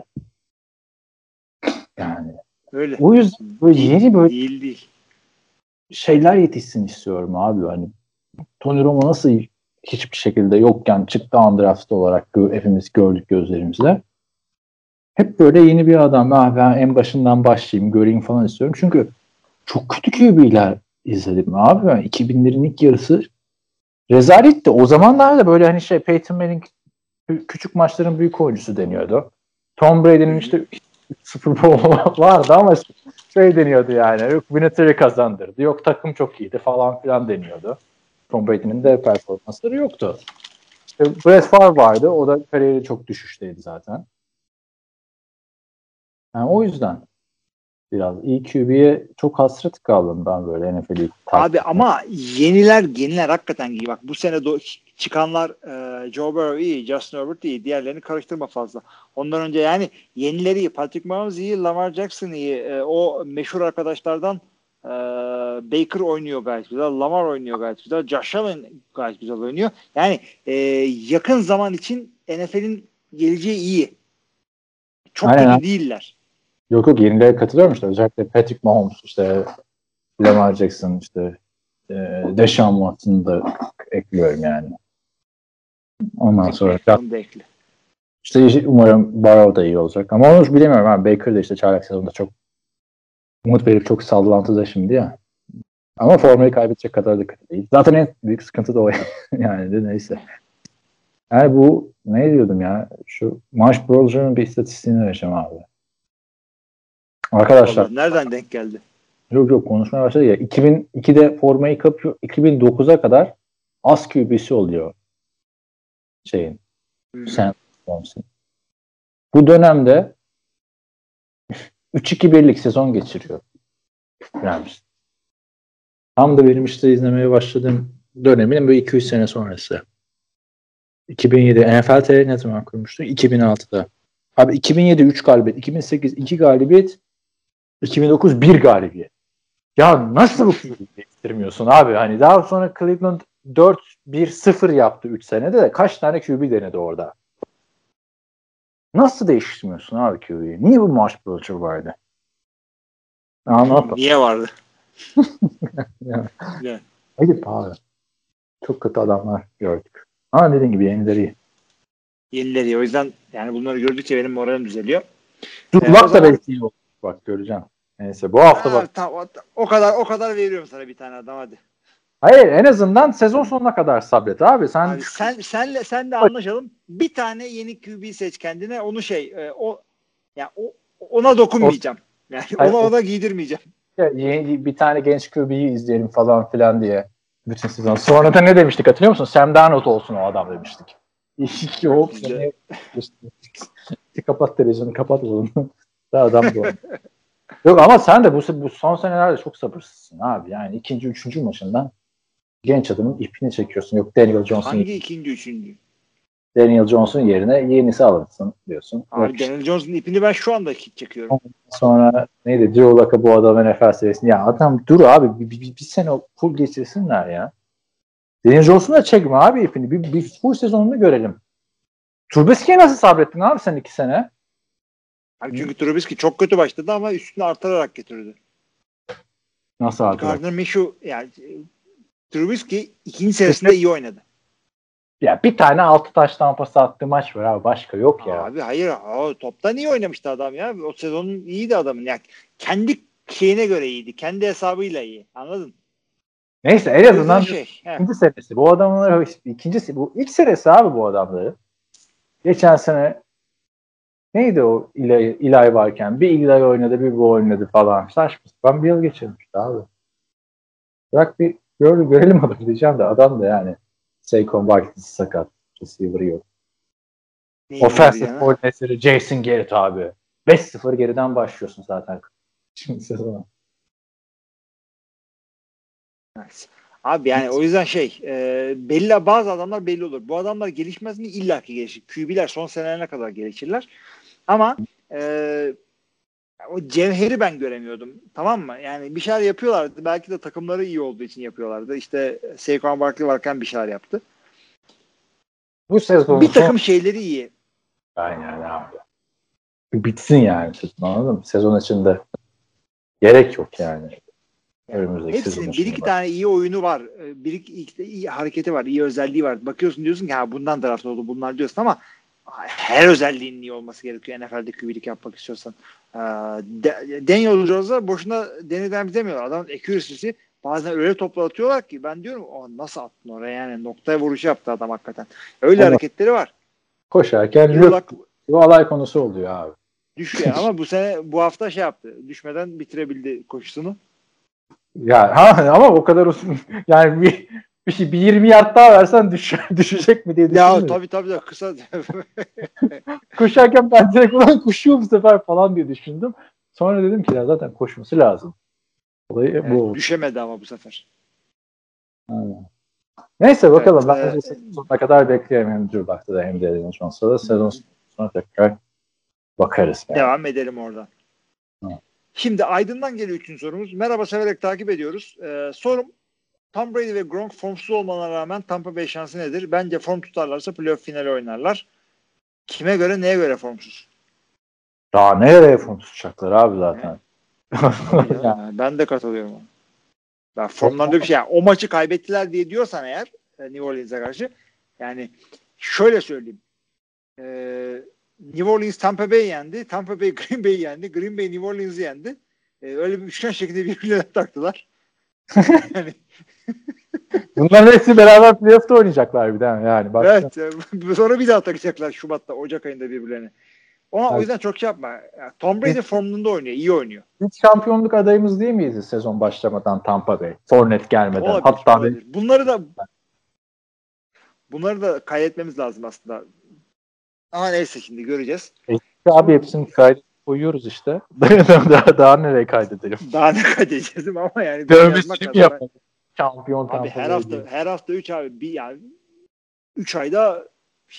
Yani. Öyle. O yüzden böyle yeni böyle değil. Şeyler yetişsin istiyorum abi. Hani Tony Romo nasıl hiçbir şekilde yokken çıktı undrafted olarak hepimiz gördük gözlerimizle. Hep böyle yeni bir adam. Ben en başından başlayayım, göreyim falan istiyorum. Çünkü çok kötü QB'ler izledim abi. Ben 2000'lerin ilk yarısı rezaletti. O zamanlarda böyle hani Peyton Manning küçük maçların büyük oyuncusu deniyordu. Tom Brady'nin işte Super Bowl vardı ama deniyordu yani. Yok Vinatieri kazandırdı. Yok takım çok iyiydi falan filan deniyordu. Tom Brady'nin de performansları yoktu. İşte Brett Favre vardı. O da kariyeri çok düşüşteydi zaten. Yani o yüzden biraz iyi QB'ye çok hasret kaldım ben böyle NFL'i. Abi ama yeniler hakikaten iyi. Bak bu sene çıkanlar Joe Burrow iyi, Justin Herbert iyi. Diğerlerini karıştırma fazla. Ondan önce yani yenileri iyi. Patrick Mahomes iyi, Lamar Jackson iyi. O meşhur arkadaşlardan Baker oynuyor gayet güzel. Lamar oynuyor gayet güzel. Josh Allen gayet güzel oynuyor. Yani yakın zaman için NFL'in geleceği iyi. Çok kötü değiller. Yok yenilere katılıyorum işte. Özellikle Patrick Mahomes, işte Lamar Jackson, işte Deshaun Watson'ı da ekliyorum yani. Ondan sonra işte umarım Burrow da iyi olacak. Ama onu bilemiyorum. Baker de işte çaylak sezonunda çok umut verip çok sallantıda şimdi ya. Ama formayı kaybedecek kadar da kötü değil. Zaten en büyük sıkıntı da o yani de neyse. Yani bu ne diyordum ya? Şu Marsh Brolger'ın bir istatistiğini vereceğim abi. Arkadaşlar. Vallahi nereden denk geldi? Yok konuşmaya başladı ya. 2002'de formayı kapıyor. 2009'a kadar az QB'si oluyor şeyin. Sam Thompson. Bu dönemde 3-2-1'lik sezon geçiriyor. Rams. Tam da benim işte izlemeye başladığım dönemin böyle 200 sene sonrası. 2007 NFL TR ne zaman kurmuştu? 2006'da. Abi 2007 3 galibiyet, 2008 2 galibiyet, 2009 1 galibiyet. Ya nasıl bu QB'yi değiştirmiyorsun abi? Hani daha sonra Cleveland 4-1-0 yaptı 3 senede de kaç tane QB denedi orada? Nasıl değiştirmiyorsun abi QB'yi? Niye bu Marsh Brolger vardı? Anlat. Niye vardı? Ya. Yani. Ayıp abi. Çok kötü adamlar gördük. Ama dediğin gibi yenileri iyi. Yenileri. O yüzden yani bunları gördükçe benim moralim düzeliyor. Durmak da belki iyi olur. Bak göreceğim. Neyse bu hafta bak. Tamam, o kadar veriyorum sana bir tane adam hadi. Hayır en azından sezon sonuna kadar sabret abi. Abi sen de anlaşalım. Bir tane yeni QB seç kendine. Onu ona dokunmayacağım. Yani ona giydirmeyeceğim. Yeni bir tane genç QB'yi izleyelim falan filan diye bütün sezon. Sonra da ne demiştik hatırlıyor musun? Sam Darnold olsun o adam demiştik. Yok. Kapat televizyonu kapat bunu. Adam bu. Yok ama sen de bu son senelerde çok sabırsızsın abi. Yani ikinci, üçüncü maçından genç adamın ipini çekiyorsun. Yok Daniel Jones'un. Hangi ikinci, üçüncü? Daniel Jones'un yerine yenisi alınsın diyorsun. Abi Daniel Jones'un ipini ben şu anda çekiyorum. Sonra neydi? Drew Luck'a bu adam NFL seviyesinde. Ya adam dur abi bir sene full geçirsinler ya. Daniel Jones'un da çekme abi ipini. Bir full sezonunu görelim. Trubisky'ye nasıl sabrettin abi sen 2 sene? Abi çünkü Trubisky çok kötü başladı ama üstünü artırarak getirdi. Nasıl artırarak? Gardner Minshew yani Trubisky ikinci senesinde iyi oynadı. Ya bir tane 6 taş tampası attığı maç var abi. Başka yok ya. Abi hayır. Toptan iyi oynamıştı adam ya. O sezonun iyiydi adamın. Yani kendi şeyine göre iyiydi. Kendi hesabıyla iyi. Anladın? Neyse en azından ikinci senesi. Bu adamların ikincisi. Bu ilk senesi abi bu adamları. Geçen sene neydi o Eli varken? Bir Eli oynadı bir bu oynadı falan. Saçma sapan bir yıl geçirmişti abi. Bırak bir görelim adamı diyeceğim de adam da yani Saquon Barkley sakat. Receiver'ı yok. Offensive coordinator'ı Jason Garrett abi. 5-0 geriden başlıyorsun zaten. Şimdi sezona. Evet. Abi yani o yüzden belli bazı adamlar belli olur. Bu adamlar gelişmez mi? İlla ki gelişir. QB'ler son senelerine kadar gelişirler. Ama o cevheri ben göremiyordum. Tamam mı? Yani bir şeyler yapıyorlardı. Belki de takımları iyi olduğu için yapıyorlardı. İşte Saquon Barkley varken bir şeyler yaptı. Bu sezon bir takım şeyleri iyi. Aynen abi. Bitsin yani sezon, anladın mı? Sezon içinde gerek yok yani. Hepsinin bir iki tane iyi oyunu var. Bir iki iyi hareketi var. İyi özelliği var. Bakıyorsun diyorsun ki bundan draft oldu bunlar diyorsun ama her özelliğinin iyi olması gerekiyor NFL'de QB'lik yapmak istiyorsan. Daniel Jones'a boşuna deneden demiyorlar. Adamın accuracy'si bazen öyle topla atıyorlar ki ben diyorum nasıl attın oraya yani noktaya vuruşu yaptı adam hakikaten. Öyle hareketleri var. Koşarken bu alay konusu oluyor abi. Düşüyor ama bu hafta yaptı. Düşmeden bitirebildi koşusunu. Ya ama o kadar uzun yani bir 20 yard daha versen düşecek mi diye düşünüyorum. Ya tabii de kısa. Koşarken ben direkt koşuyor bu sefer falan diye düşündüm. Sonra dedim ki ya zaten koşması lazım. Olayı bu. Düşemedi ama bu sefer. Neyse bakalım. Ben sonuna kadar bekliyorum hem Drew Luck'ta da hem Daniel Jones'ta da sezon sonra tekrar bakarız. Yani. Devam edelim oradan. Şimdi Aydın'dan geliyor 3. sorumuz. Merhaba severek takip ediyoruz. Sorum Tom Brady ve Gronk formsuz olmalarına rağmen Tampa Bay şansı nedir? Bence form tutarlarsa playoff finali oynarlar. Kime göre neye göre formsuz? Daha nereye form tutacaklar abi zaten. Yani ben de katılıyorum. Ben formlarında bir şey. Yani o maçı kaybettiler diye diyorsan eğer New Orleans'a karşı yani şöyle söyleyeyim. New Orleans Tampa Bay yendi. Tampa Bay Green Bay yendi. Green Bay New Orleans'ı yendi. Öyle bir üçgen şeklinde birbirlerine taktılar. Yani, Bunların hepsi beraber playoff'ta oynayacaklar bir daha yani. evet. Sonra bir daha takacaklar Şubat'ta, Ocak ayında birbirlerine. O Evet. yüzden çok şey yapma. Yani Tom Brady formunda oynuyor. İyi oynuyor. Hiç şampiyonluk adayımız değil miyiz sezon başlamadan Tampa Bay? Fournette gelmeden. Olabilir. Hatta olabilir. Bunları da kaydetmemiz lazım aslında. Ama neyse, şimdi göreceğiz. abi hepsini kaydet koyuyoruz işte. daha nereye kaydedelim? Daha ne kaydedeceğiz değil mi? Ama yani Dövmesini mi yapalım? Şampiyon Tampa Abi her Bay hafta diye. her hafta 3 abi, bir yani 3 ayda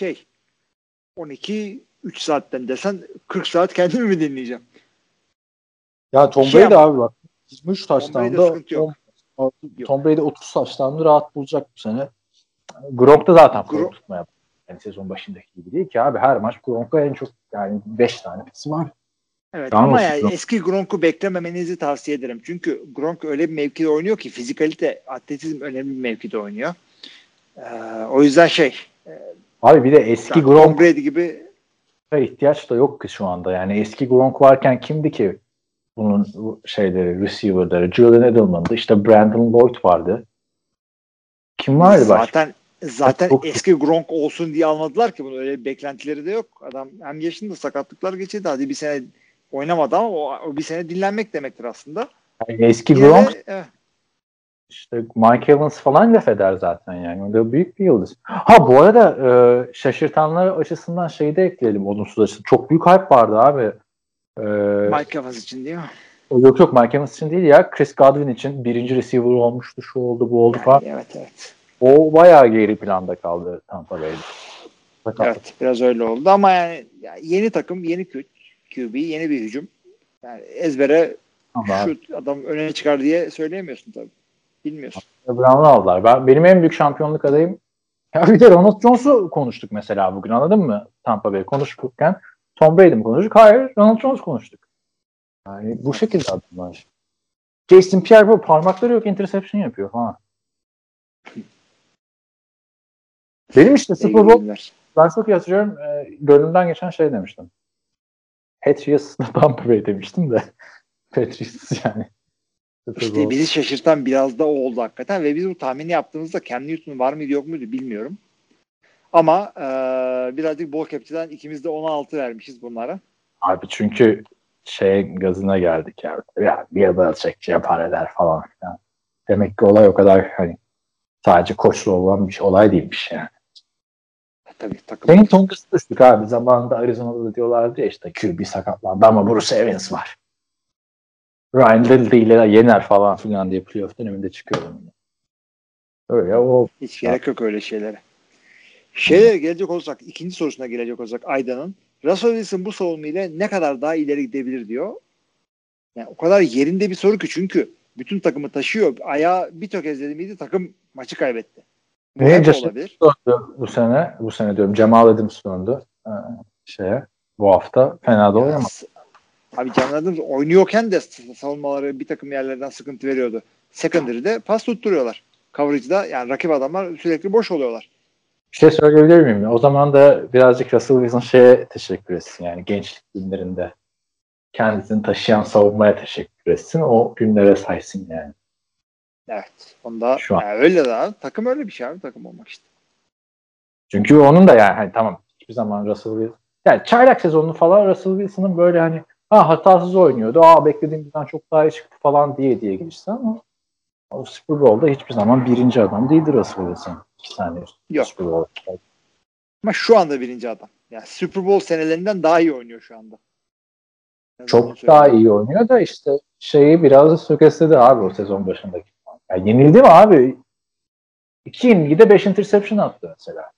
12 3 saatten desen 40 saat kendimi mi dinleyeceğim? Ya Tom Şey Brady ama, abi bak 23 Tom Brady'de taştanda sıkıntı yok. Tom Brady 30 taştandı rahat bulacak bu sene. Gronk da zaten form tutmaya yani sezon başındaki gibi değil ki abi. Her maç Gronk'a en çok yani 5 tane pisi var. Evet Yalnız ama yani Gronk. eski Gronk'u beklememenizi tavsiye ederim. Çünkü Gronk öyle bir mevkide oynuyor ki fizikalite, atletizm önemli bir mevkide oynuyor. O yüzden Abi bir de eski Tom Gronk'a Brady gibi ihtiyaç da yok ki şu anda. Yani eski Gronk varken kimdi ki bunun receiver'ları? Julian Edelman'dı. İşte Brandon Lloyd vardı. Kim vardı başka? zaten Çok- eski Gronk olsun diye almadılar ki bunu. Öyle bir beklentileri de yok. Adam hem yaşında sakatlıklar geçirdi. Hadi bir sene oynamadı ama o bir sene dinlenmek demektir aslında. Yani eski Yine Gronk de, evet. işte Mike Evans falan laf eder zaten yani. O da büyük bir yıldız. Ha bu arada şaşırtanlar açısından şeyi de ekleyelim olumsuz açıdan. Çok büyük hype vardı abi. Mike Evans için değil mi? Yok Mike Evans için değil ya. Chris Godwin için birinci receiver olmuştu. Şu oldu bu oldu falan. Evet. O bayağı geri planda kaldı Tampa Bay'de. Evet, biraz öyle oldu ama yani yeni takım, yeni QB, yeni bir hücum. Yani ezbere Ama şu adam öne çıkar diye söyleyemiyorsun tabii. Bilmiyorsun. Brown'u aldılar. Benim en büyük şampiyonluk adayım. Ya bir de Ronald Jones'u konuştuk mesela bugün, anladın mı? Tampa Bay konuşurken Tom Brady mi konuştuk? Hayır, Ronald Jones konuştuk. Yani bu şekilde adamlar. Jason Pierre bu parmakları yok, interception yapıyor falan. Benim işte Super Bowl ben çok iyi hatırlıyorum. Gönlümden geçen şey demiştim. Patriots Tampa Bay demiştim de. Patriots yani. İşte bizi şaşırtan biraz da o oldu hakikaten ve biz bu tahmini yaptığımızda Cam Newton var mıydı yok muydu bilmiyorum. Ama birazcık bol kepçeden ikimiz de 16 vermişiz bunlara. Abi çünkü gazına geldik ya. Ya bir yılda çekçi yapar eder falan. Yani demek ki olay o kadar hani sadece koçlu olan bir olay değilmiş yani. Tabii takım. Senin Tongas'ı düştük abi. Zamanında Arizona'da diyorlardı ya işte QB sakatlandı ama Bruce Arians var. Ryan Little ile yener falan filan diye playoff döneminde çıkıyordum. Öyle o. Hiç gerek yok öyle şeylere. Gelecek olursak, ikinci sorusuna gelecek olursak Ayda'nın. Russell Wilson bu savunmayla ne kadar daha ileri gidebilir diyor. Yani o kadar yerinde bir soru ki çünkü bütün takımı taşıyor. Ayağı bir tökezledi miydi takım maçı kaybetti. Bu hep olabilir. Bu sene diyorum Jamal Adams döndü. Bu hafta fena da oynamaz. Abi Jamal Adams oynuyorken de savunmaları bir takım yerlerden sıkıntı veriyordu. Secondary'de pas tutturuyorlar. Coverage'da yani rakip adamlar sürekli boş oluyorlar. Bir şey söyleyebilir miyim? O zaman da birazcık Russell Wilson teşekkür etsin. Yani gençlik günlerinde kendisini taşıyan savunmaya teşekkür etsin. O günlere saysın yani. Evet. Onda şu an. Yani öyle de abi. Takım öyle bir şey abi. Takım olmak işte. Çünkü onun da yani hani tamam hiçbir zaman Russell Wilson yani çaylak sezonunu falan Russell Wilson'ın böyle hani hatasız oynuyordu. Beklediğimizden çok daha iyi çıktı falan diye geçti ama o Super Bowl'da hiçbir zaman birinci adam değildi Russell Wilson. 2 saniye. Yok. Super Bowl. Ama şu anda birinci adam. Yani Super Bowl senelerinden daha iyi oynuyor şu anda. Çok daha iyi oynuyor da işte biraz da sökesledi abi o sezon başındaki. Yani yenildi mi abi? 2 yenilgide 5 interception attı mesela.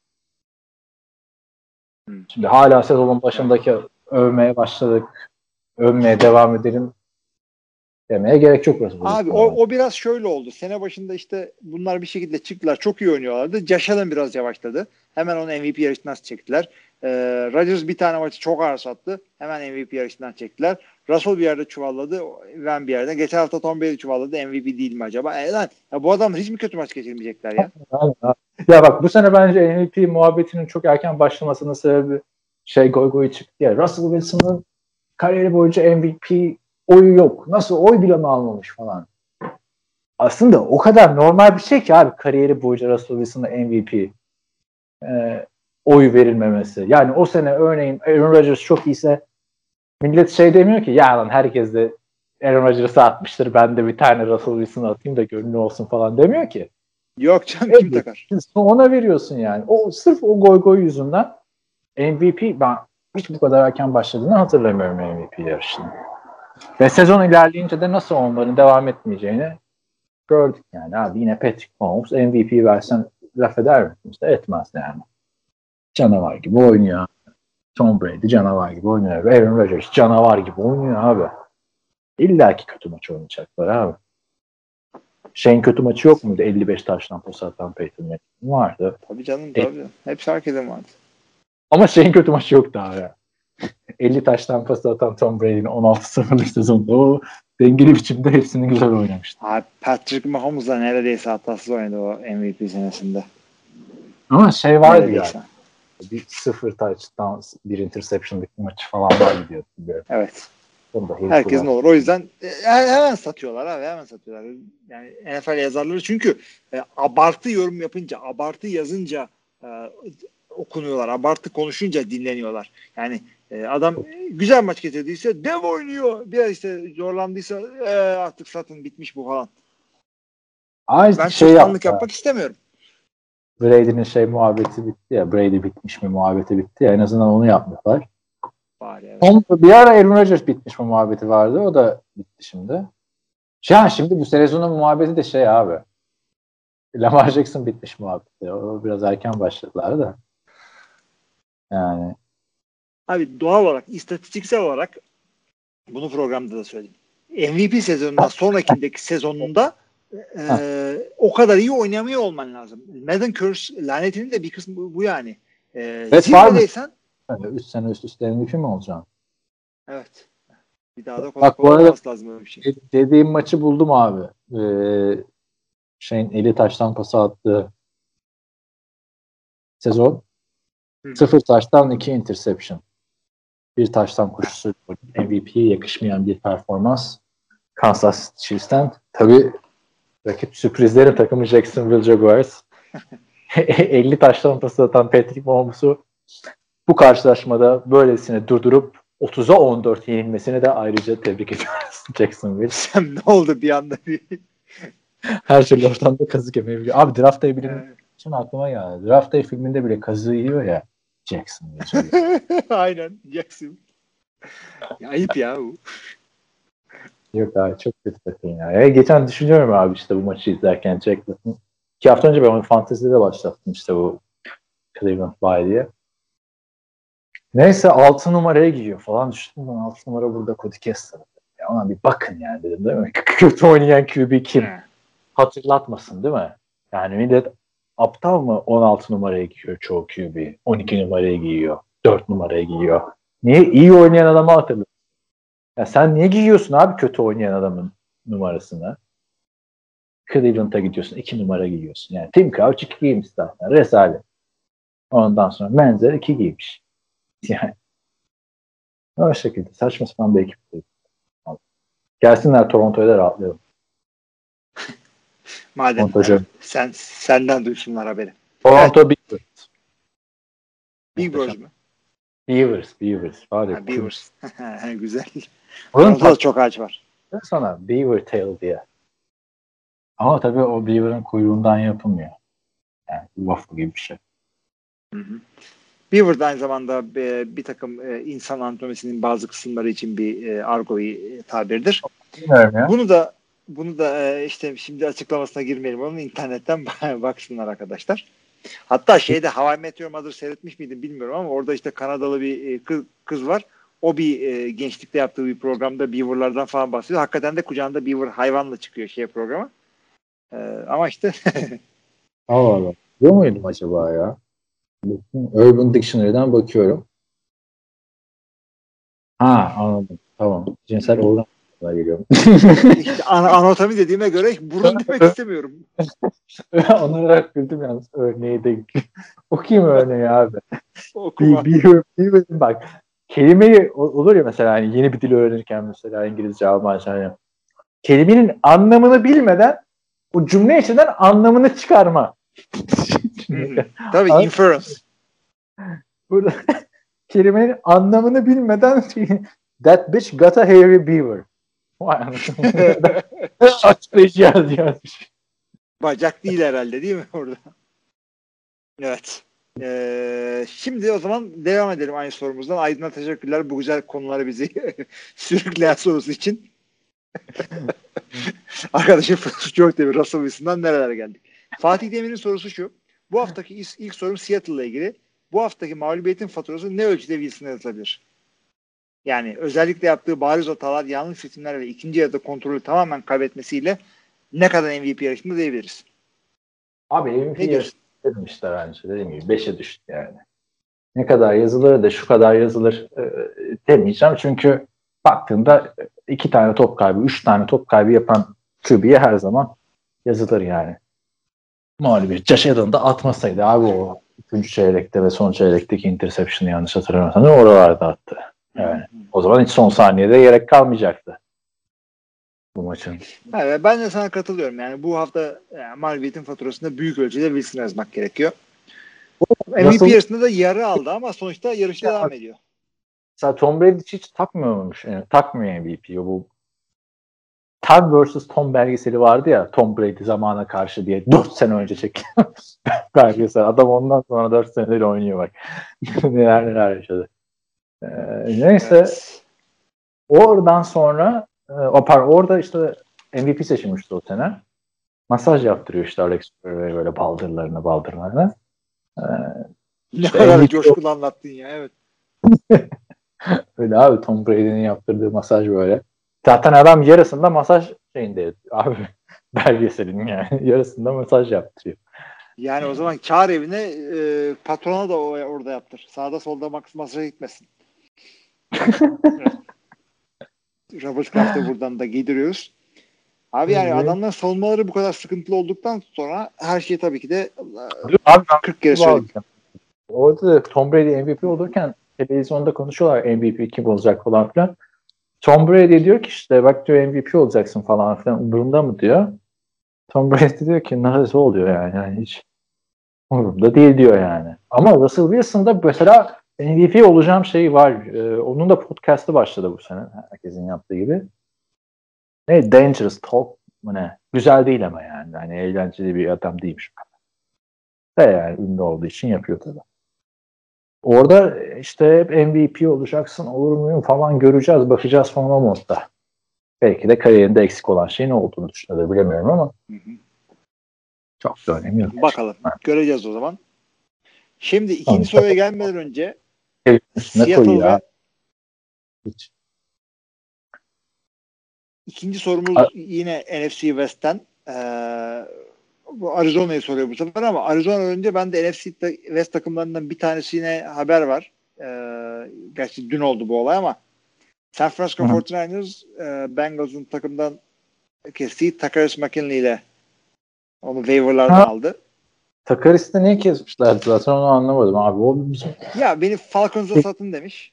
Şimdi hala sezonun başındaki övmeye başladık. Övmeye devam edelim demeye gerek yok. Abi o biraz şöyle oldu. Sene başında işte bunlar bir şekilde çıktılar. Çok iyi oynuyorlardı. Josh Allen biraz yavaşladı. Hemen onu MVP yarışından çektiler. Rodgers bir tane maçı çok ağır sattı. Hemen MVP yarışından çektiler. Russell bir yerde çuvalladı. Van bir yerde. Geçen hafta Tom Brady çuvalladı. MVP değil mi acaba? Bu adamlar hiç mi kötü maç geçirmeyecekler ya? Ya bak bu sene bence MVP muhabbetinin çok erken başlamasının sebebi goy çıktı ya. Russell Wilson'ın kariyeri boyunca MVP oyu yok. Nasıl oy bile mi almamış falan. aslında o kadar normal bir şey ki abi kariyeri boyunca Russell Wilson'a MVP oy verilmemesi. Yani o sene örneğin Aaron Rodgers çok iyiyse millet şey demiyor ki ya lan herkes de Aaron Rodgers'a atmıştır ben de bir tane Russell Wilson'a atayım da gönlü olsun falan demiyor ki. Yok canım kim takar? Ona veriyorsun yani. O sırf o goy yüzünden MVP ben hiç bu kadar erken başladığını hatırlamıyorum MVP yarışını. Ve sezon ilerleyince de nasıl onların devam etmeyeceğini gördük yani. Abi yine Patrick Mahomes MVP versen laf eder mi? İşte etmez yani. Canavar gibi oynuyor. Tom Brady canavar gibi oynuyor. Aaron Rodgers canavar gibi oynuyor abi. İlla ki kötü maç oynayacaklar abi. Şeyin kötü maçı yok muydu? 55 taştan pas atan Peyton Manning vardı. Tabii canım tabii. Hepsi herkesin vardı. Ama şeyin kötü maçı yoktu abi. 50 taştan pas atan Tom Brady'nin 16-0'lık sezonda o dengeli biçimde hepsini güzel oynamıştı. Abi Patrick Mahomes da neredeyse hatasız oynadı o MVP senesinde. Ama şey vardı Neredeyse. yani. Bir 0 touchdown, bir interception'lık maçı falan var diyor. Evet. Herkesin olur. O yüzden hemen satıyorlar abi. Hemen satıyorlar. Yani NFL yazarları çünkü abartı yorum yapınca, abartı yazınca okunuyorlar. Abartı konuşunca dinleniyorlar. Yani adam güzel maç getirdiyse dev oynuyor. Biraz işte zorlandıysa artık satın bitmiş bu falan. Ben şaşkınlık yapmak istemiyorum. Brady'nin şey muhabbeti bitti ya. Brady bitmiş mi muhabbeti bitti ya. En azından onu yapmışlar. Bari, evet. Bir ara Aaron Rodgers bitmiş mi muhabbeti vardı. O da bitti şimdi. Şimdi bu sezonun muhabbeti de şey abi. Lamar Jackson bitmiş muhabbeti. O biraz erken başladılar da. Yani. Abi doğal olarak, istatistiksel olarak bunu programda da söyledim. MVP sezonundan sonrakindeki sezonunda o kadar iyi oynamıyor olman lazım. Madden Curse lanetinin de bir kısmı bu yani. Zirvedeysen 3 sene üst üste MVP mi olacaksın? Evet. Bir daha da Bak bu arada lazım öyle bir şey. Dediğim maçı buldum abi. Şeyin 50 taştan pası attığı sezon. 0 taştan 2 interception. Bir taştan koşusu MVP'ye yakışmayan bir performans. Kansas Chiefs'ten. Tabii rakip sürprizlerin takımı Jacksonville Jaguars. 50 taştan pası atan Patrick Mahomes'u bu karşılaşmada böylesine durdurup 30'a 14 yenilmesini de ayrıca tebrik ediyoruz Jacksonville. Sen ne oldu bir anda? Her şey ortamda kazık yemeyi abi Draft Day bilim için aklıma geldi. Draft Day filminde bile kazığı yiyor ya Jacksonville. Aynen Jackson. Ya, ayıp ya bu. Yok abi çok kötü takım ya. Geçen düşünüyorum abi işte bu maçı izlerken Jackson. 2 hafta önce ben onu Fantasy'de de başlattım işte bu Cleveland Bay diye. Neyse 6 numaraya giyiyor falan düşündüm. 6 numara burada Cody Kessler. Ya ona bir bakın yani dedim değil mi? Kötü oynayan QB kim? Hatırlatmasın değil mi? Yani millet aptal mı 16 numaraya giyiyor çoğu QB? 12 numaraya giyiyor. 4 numaraya giyiyor. Niye iyi oynayan adamı hatırlıyorsun? Ya sen niye giyiyorsun abi kötü oynayan adamın numarasını? Cleveland'a gidiyorsun 2 numara giyiyorsun. Yani Tim Couch 2 giymiş zaten. Rezalet. Ondan sonra Menzer 2 giymiş. Yani o şekilde saçma sapan bir ekip değil. Gelsinler Toronto'ya da rahatlayalım. Madem senden duysunlar haberi. Toronto evet. Beavers mı? Beavers. Beavers. Güzel. Toronto'da çok ağaç var. Sana Beaver Tail diye. Ama tabii o Beaver'ın kuyruğundan yapılmıyor. Yani waffle gibi bir şey. Beaver da aynı zamanda bir takım insan anatomisinin bazı kısımları için bir argovi tabirdir. Bunu da işte şimdi açıklamasına girmeyelim. Onun internetten baksınlar arkadaşlar. Hatta şeyde How I Met Your Mother seyretmiş miydim bilmiyorum ama orada işte Kanadalı bir kız var. O bir gençlikte yaptığı bir programda Beaver'lardan falan bahsediyor. Hakikaten de kucağında Beaver hayvanla çıkıyor programa. Ama işte Allah Allah. Bu muydum acaba ya? Urban Dictionary'den bakıyorum. Anladım. Tamam. Cinsel organ geliyorum. İşte anatomi dediğime göre burun demek istemiyorum. Onlara güldüm yalnız. Örneği de okuyayım örneği abi. Beaver bak. Kelimeyi olur ya mesela hani yeni bir dil öğrenirken mesela İngilizce, Almanca hani kelimenin anlamını bilmeden o cümle içinden anlamını çıkarma. Tabii Abi- inference. Burada kelimenin anlamını bilmeden that bitch got a hairy beaver. Vay anasını. Açıklayıcı yazmış. Bacak değil herhalde değil mi orada? Evet. Şimdi o zaman devam edelim aynı sorumuzdan. Aydın'a teşekkürler bu güzel konuları bizi sürükleyen sorusu için. Arkadaşım çok tabii Russell Wilson'dan nerelere geldik. Fatih Demir'in sorusu şu. Bu haftaki ilk sorum Seattle'la ilgili. Bu haftaki mağlubiyetin faturası ne ölçüde Wilson'a yazılabilir? Yani özellikle yaptığı bariz hatalar, yanlış seçimler ve ikinci yarıda kontrolü tamamen kaybetmesiyle ne kadar MVP yarışında diyebiliriz? Abi Ne MVP diyorsun? yarıştırdım işte bence. Dediğim gibi 5'e düştü yani. Ne kadar yazılır da şu kadar yazılır demeyeceğim. Çünkü baktığında 2 tane top kaybı, 3 tane top kaybı yapan QB'ye her zaman yazılır yani. Mağlubiyet. Josh Allen da atmasaydı abi o 3. çeyrekte ve son çeyrekteki interception'ı yanlış hatırlamıyorsam oralarda attı. Yani o zaman hiç son saniyede gerek kalmayacaktı bu maçın. Evet, ben de sana katılıyorum. Yani bu hafta mağlubiyetin faturasında büyük ölçüde Wilson'a yazmak gerekiyor. MVP Nasıl? yarışında da yarı aldı ama sonuçta yarışta devam ediyor. Mesela Tom Brady hiç takmıyormuş. Yani takmıyor MVP'yi. Bu Tom vs. Tom belgeseli vardı ya, Tom Brady zamana karşı diye 4 sene önce çekilen belgesel. Adam ondan sonra 4 senedir oynuyor bak. neler yaşadı. Neyse Evet. oradan sonra orada işte MVP seçilmişti o sene. Masaj yaptırıyor işte Alex Smith'e böyle baldırlarına. Ne İşte kadar MVP coşkulu anlattın ya. Evet. öyle abi, Tom Brady'nin yaptırdığı masaj böyle. Zaten adam yarısında masaj şeyinde abi belgeselin yani yarısında masaj yaptırıyor. Yani o zaman kar evine patrona da orada yaptır. Sağda solda masaja gitmesin. Evet. Robert Kraft'ı buradan da giydiriyoruz. Abi yani Evet. adamların savunmaları bu kadar sıkıntılı olduktan sonra her şeyi tabii ki de Abi 40 kere söyledik. orada da Tom Brady MVP olurken televizyonda konuşuyorlar MVP kim olacak falan filan. Tom Brady diyor ki işte bak diyor MVP olacaksın falan filan, umurumda mı diyor. Tom Brady diyor ki nasıl oluyor yani hiç umurumda değil diyor yani. Ama Russell Wilson'da mesela MVP olacağım şey var. Onun da podcast'ı başladı bu sene. Herkesin yaptığı gibi. Ne? Dangerous Talk mı ne? Güzel değil ama yani. Hani eğlenceli bir adam değilmiş. De yani ünlü olduğu için yapıyor tabii. Orada işte hep MVP olacaksın, olur muyum falan göreceğiz, bakacağız falan o modda. Belki de kariyerinde eksik olan şey ne olduğunu düşünüyordur, bilemiyorum ama çok da önemi yok. Bakalım. Göreceğiz o zaman. Şimdi ikinci Tamam. soruya gelmeden önce Üstüne Seattle koy ya. ve Hiç. ikinci sorumuz yine NFC West'ten. Bu Arizona'yı soruyor bu sefer ama Arizona önce ben de NFC West takımlarından bir tanesine haber var. Gerçi dün oldu bu olay ama San Francisco 49ers Bengals'ın takımdan kestiği Takarius McKinley ile onu waiver'lardan aldı. Takaris'te niye kesmişlerdi zaten onu anlamadım abi. O bizim... Ya beni Falcons'a satın demiş.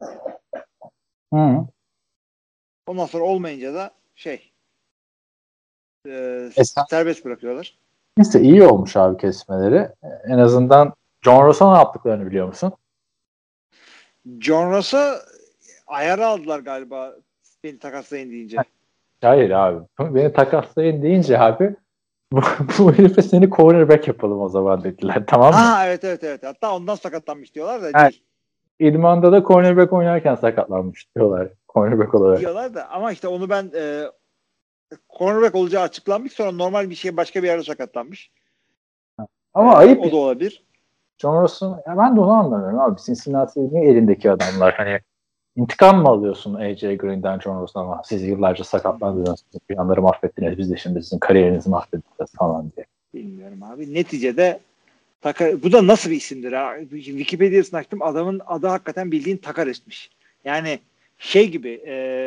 Hı. Ondan sonra olmayınca da serbest bırakıyorlar. Neyse iyi olmuş abi kesmeleri. En azından John Ross'a ne yaptıklarını biliyor musun? John Ross'a ayar aldılar galiba beni takaslayın deyince. Hayır abi. Beni takaslayın deyince abi bu herife seni cornerback yapalım o zaman dediler. Tamam mı? Ha evet. Hatta ondan sakatlanmış diyorlar da Evet. değil. İdman'da da cornerback oynarken sakatlanmış diyorlar. Cornerback olarak. Diyorlar da ama işte onu ben cornerback olacağı açıklanmış, sonra normal bir şey başka bir yerde sakatlanmış. Ama ayıp. O da olabilir. John Ross'un, ya ben de onu anlamıyorum abi. Cincinnati'nin elindeki adamlar hani intikam mı alıyorsun AJ Green'den, John Ross'un, ama siz yıllarca sakatlandınız, planları mahvettiniz, biz de şimdi sizin kariyerinizi mahvedeceğiz falan diye. Bilmiyorum abi. Neticede bu da nasıl bir isimdir ha? Wikipedia'sını açtım. Adamın adı hakikaten bildiğin Takaris'miş. Yani gibi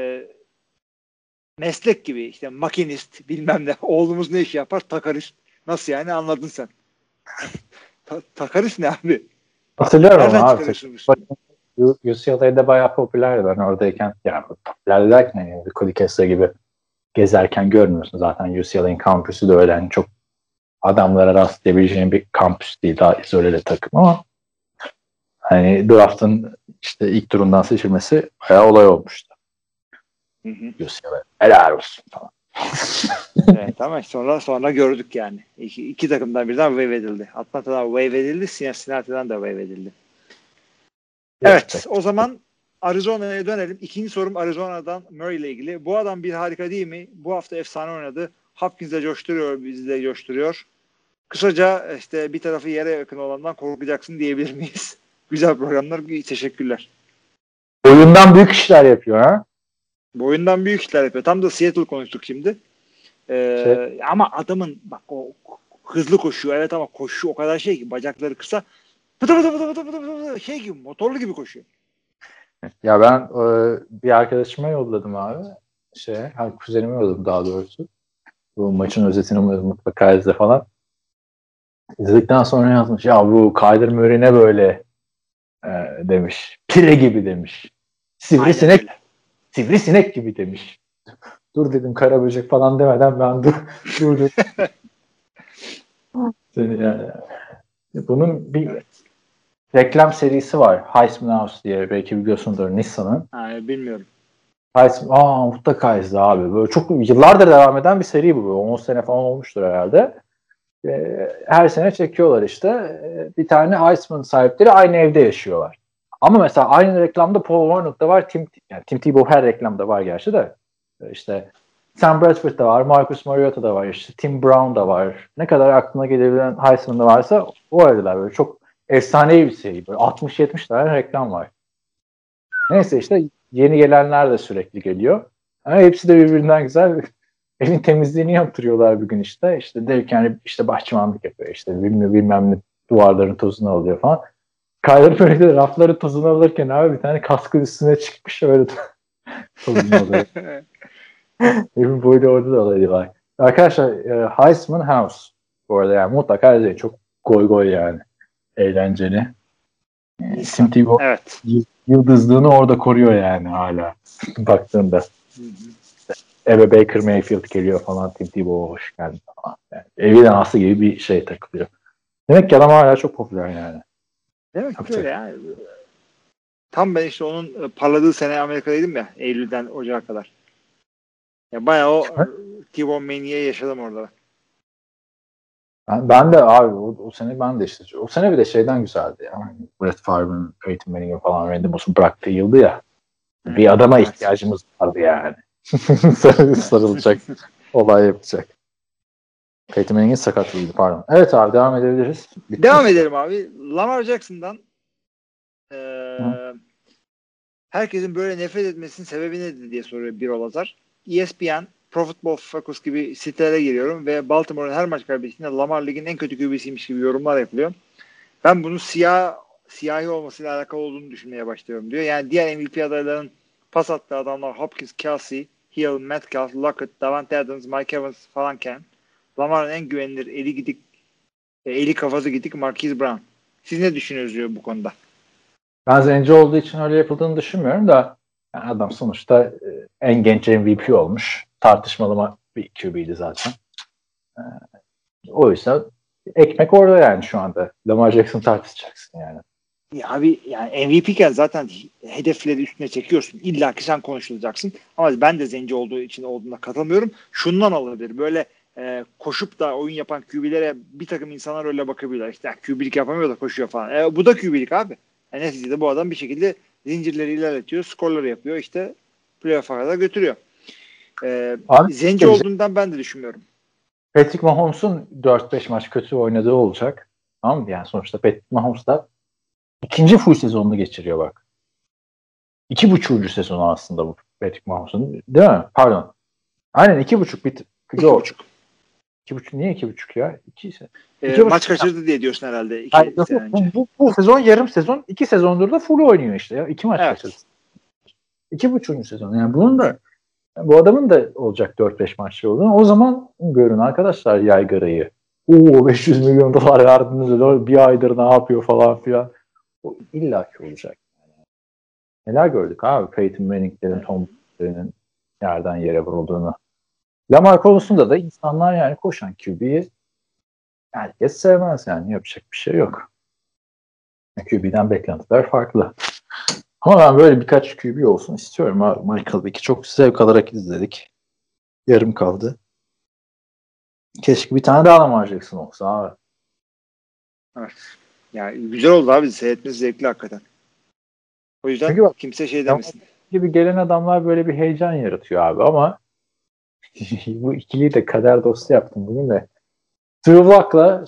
meslek gibi işte makinist bilmem ne. Oğlumuz ne iş yapar? Takarist. Nasıl yani, anladın sen? Takarist ne abi? Hatırlıyorum Nereden abi. çıkarıyorsun? UCLA'da bayağı popülerdi ben oradayken. Yani popüler derken yani Cody Kessler gibi gezerken görmüyorsun. Zaten UCLA'nın kampüsü de öyle. Yani çok adamlara rastlayabileceğin bir kampüs değil. Daha izole de takım ama hani draft'ın işte ilk turundan seçilmesi bayağı olay olmuştu. UCLA. Helal olsun falan. Evet ama sonra gördük yani. İki takımdan birden waive edildi. Atlanta'dan waive edildi. Cincinnati'den de waive edildi. Evet, o zaman Arizona'ya dönelim. İkinci sorum Arizona'dan Murray ile ilgili. Bu adam bir harika değil mi? Bu hafta efsane oynadı. Hopkins de coşturuyor, bizi de coşturuyor. Kısaca işte bir tarafı yere yakın olandan korkacaksın diyebilir miyiz? Güzel programlar. Teşekkürler. Oyundan büyük işler yapıyor ha. Boyundan büyük işler yapıyor. Tam da Seattle konuştuk şimdi. Ama adamın bak o hızlı koşuyor. Evet ama koşuyor o kadar şey ki bacakları kısa. Pıtı pıtı pıtı pıtı pıtı pıtı şey gibi motorlu gibi koşuyor. Ya ben bir arkadaşıma yolladım abi. Kuzenime yolladım daha doğrusu. Bu maçın özetini mutlaka izle falan. İzledikten sonra yazmış. Ya bu Kyler Murray ne böyle demiş. Pire gibi demiş. Sivrisinek gibi demiş. Dur dedim kara böcek falan demeden ben dur dedim. Yani. Bunun bir reklam serisi var. Heisman House diye belki biliyorsundur Nissan'ın. Bilmiyorum. Mutlaka izle abi. Böyle çok yıllardır devam eden bir seri bu. 10 sene falan olmuştur herhalde. Her sene çekiyorlar işte. Bir tane Heisman sahipleri aynı evde yaşıyorlar. Ama mesela aynı reklamda Paul Warnock da var. Tim Tebow her reklamda var gerçi de. İşte Sam Bradford da var. Marcus Mariota da var. İşte Tim Brown da var. Ne kadar aklına gelebilen Heisman'da varsa o evdeler. Böyle çok efsanevi bir seri. Böyle 60-70 tane reklam var. Neyse işte yeni gelenler de sürekli geliyor. Ama hepsi de birbirinden güzel. Evin temizliğini yaptırıyorlar bir gün işte. İşte derken yani işte bahçıvanlık yapıyor. İşte bilmem ne duvarların tozunu alıyor falan. Kyler böyle de rafların tozunu alırken abi bir tane kaskın üstüne çıkmış öyle tozunu alıyor. Evin boyunca orada da olayı var. Arkadaşlar Heisman House bu arada yani mutlaka izleyin. Çok goy yani. Eğlenceli. Tim Tebow evet. Yıldızlığını orada koruyor yani hala. Baktığında. Eve Baker Mayfield geliyor falan. Tim Tebow'a hoş geldin falan. Yani evin anası gibi bir şey takılıyor. Demek ki adam hala çok popüler yani. Demek ki öyle ya. Tam ben işte onun parladığı sene Amerika'daydım ya. Eylül'den Ocağa kadar. Ya bayağı o T-Bone Mania'yı yaşadım orada. Ben de abi o sene ben de işte. O sene bir de şeyden güzeldi ya. Brett Favre'ın, Peyton Manning'in falan Randy Moss'un bıraktığı yıldı ya. Bir adama ihtiyacımız vardı yani. Sarılacak. Olay yapacak. Peyton Manning'in sakatlığıydı pardon. Evet abi devam edebiliriz. Devam edelim abi. Lamar Jackson'dan herkesin böyle nefret etmesinin sebebi nedir diye soruyor Birol Azar. ESPN, Pro Football Focus gibi sitelere giriyorum ve Baltimore'un her maç kaybettiğinde Lamar Lig'in en kötü QB'siymiş gibi yorumlar yapılıyor. Ben bunun siyahi olmasıyla alakalı olduğunu düşünmeye başlıyorum diyor. Yani diğer MVP adaylarının pas attığı adamlar Hopkins, Kelsey, Hill, Metcalf, Lockett, Davante Adams, Mike Evans falanken Lamar'ın en güvenilir eli kafası gidik Marquise Brown. Siz ne düşünüyorsunuz diyor bu konuda? Ben zenci olduğu için öyle yapıldığını düşünmüyorum da yani adam sonuçta en genç MVP olmuş. Tartışmalı bir QB'ydi zaten. O yüzden ekmek orada yani şu anda. Lamar Jackson tartışacaksın yani. Ya abi yani MVP'ken zaten hedefleri üstüne çekiyorsun. İlla ki sen konuşulacaksın. Ama ben de zenci olduğu için olduğuna katılmıyorum. Şundan olabilir. Böyle koşup da oyun yapan QB'lere bir takım insanlar öyle bakabilirler. İşte QB'lik yapamıyor da koşuyor falan. Bu da QB'lik abi. Neticede bu adam bir şekilde zincirleri ilerletiyor. Skorları yapıyor. İşte playoff'a kadar götürüyor. Zenci olduğundan ben de düşünmüyorum. Patrick Mahomes'un 4-5 maç kötü oynadığı olacak. Tamam mı? Yani sonuçta Patrick Mahomes da ikinci full sezonunu geçiriyor bak. 2,5. sezonu aslında bu Patrick Mahomes'un. Değil mi? Pardon. Aynen 2,5 2,5. 2,5 niye 2,5 ya? 2 maç kaçırdı diye diyorsun herhalde. Bu sezon yarım sezon. 2 sezondur da full oynuyor işte ya. 2 maç kaçırdı. 2,5. sezon. Yani bunun da bu adamın da olacak 4-5 maçlı olduğunu. O zaman görün arkadaşlar yaygarayı. 500 milyon dolar verdiniz. Bir aydır ne yapıyor falan filan. O illaki olacak. Neler gördük abi? Peyton Manning'lerin, Tom Brady'nin yerden yere vurulduğunu. Lamar konusunda da insanlar yani koşan QB'yi herkes sevmez yani. Yapacak bir şey yok. QB'den beklentiler farklı. Ama ben böyle birkaç QB olsun istiyorum. Michael Vick'i çok zevk alarak izledik. Yarım kaldı. Keşke bir tane daha Lamar Jackson olsa abi. Evet. Yani güzel oldu abi. Seyretmesi zevkli hakikaten. O yüzden Çünkü bak, kimse şey demesin. gibi gelen adamlar böyle bir heyecan yaratıyor abi ama bu ikiliyi de kader dostu yaptım bugün de. Drew Luck'la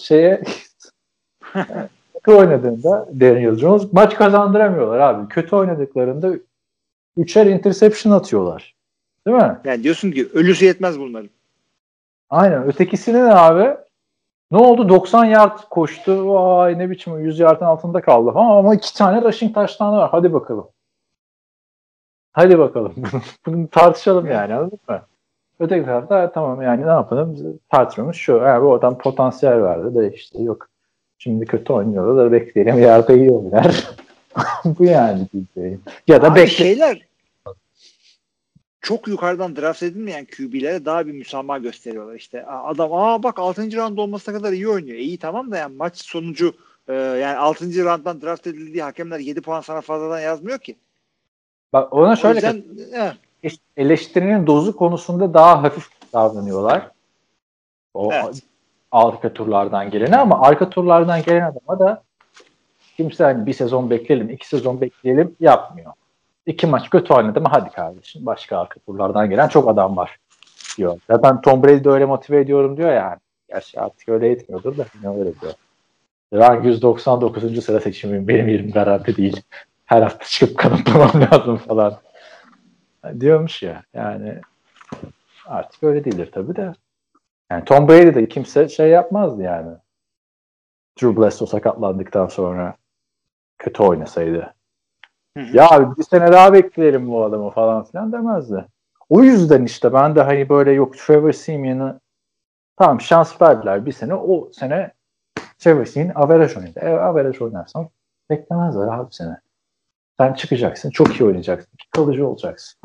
kötü oynadığında Daniel Jones maç kazandıramıyorlar abi. Kötü oynadıklarında 3'er interception atıyorlar. Değil mi? Yani diyorsun ki ölüsü yetmez bunların. Aynen. Ötekisinin abi ne oldu? 90 yard koştu. Vay ne biçim 100 yardın altında kaldı. Ama 2 tane rushing touchdown'ı var. Hadi bakalım. Hadi bakalım. Bunu tartışalım yani. Anladın mı? Öteki tarafta tamam yani ne yapalım? Tartışmamız şu. Yani bu adam potansiyel verdi de işte yok. Şimdi kötü oynuyorlar da bekleyelim. Yarda iyi oynar. Bu yani diyeceğim. Ya da şeyler çok yukarıdan draft edilmeyen QB'lere daha bir müsamaha gösteriyorlar. İşte adam bak 6. round olmasına kadar iyi oynuyor. İyi tamam da yani maç sonucu yani 6. rounddan draft edildiği hakemler 7 puan sana fazladan yazmıyor ki. Bak ona şöyle yüzden, eleştirinin dozu konusunda daha hafif davranıyorlar. O arka turlardan gelene ama arka turlardan gelen adama da kimse hani bir sezon bekleyelim, 2 sezon bekleyelim yapmıyor. 2 maç kötü oynadı mı hadi kardeşim. Başka arka turlardan gelen çok adam var diyor. Zaten Tom Brady de öyle motive ediyorum diyor yani. Gerçi artık öyle etmiyordur da yine öyle diyor. Ben 199. sıra seçimim. Benim yerim garanti değil. Her hafta çıkıp kanıtlamam lazım falan. Diyormuş ya. Yani artık öyle değildir tabii de. Yani Tom Brady de kimse şey yapmazdı yani. Drew Bledsoe sakatlandıktan sonra kötü oynasaydı. Ya abi bir sene daha bekleyelim bu adamı falan filan demezdi. O yüzden işte ben de hani böyle yok Trevor Siemian'ı tamam şans verdiler bir sene. O sene Trevor Siemian average oynadı. Average oynarsan beklemezler abi sene. Sen çıkacaksın. Çok iyi oynayacaksın. Kalıcı olacaksın.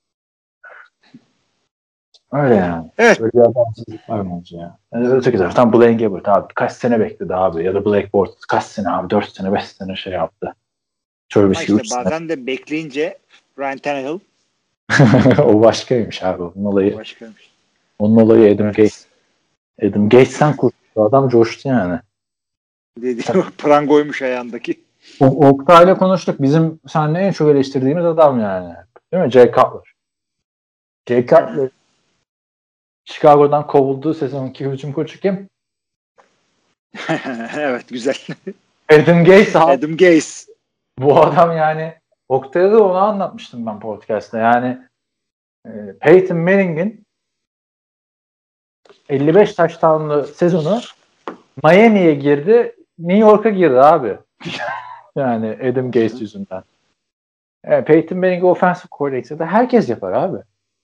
Öyle yani. Evet. Öyle bir adamsızlık var bence ya. Yani öteki taraftan Blaine Gabbert abi kaç sene bekledi abi. Ya da Blake Bortles kaç sene abi. 4 sene 5 sene şey yaptı. İşte bazen de bekleyince Ryan Tannehill o başkaymış abi. başkaymış. Onun olayı Adam Gates. Adam Gates'ten kurtuldu. Adam coştu yani. Dediğim prangoymuş ayağındaki. Oktay'la konuştuk. Bizim seninle en çok eleştirdiğimiz adam yani. Değil mi? Jay Cutler. Jay Cutler Chicago'dan kovulduğu sezonki hücum koçu kim? Evet güzel. Adam Gates. Adam Gates. Bu adam yani Oktay'a da onu anlatmıştım ben podcast'ta. Yani Peyton Manning'in 55 touchdown'lı sezonu Miami'ye girdi, New York'a girdi abi. Yani Adam Gates yüzünden. Peyton Manning'i offensive coordinator'da herkes yapar abi.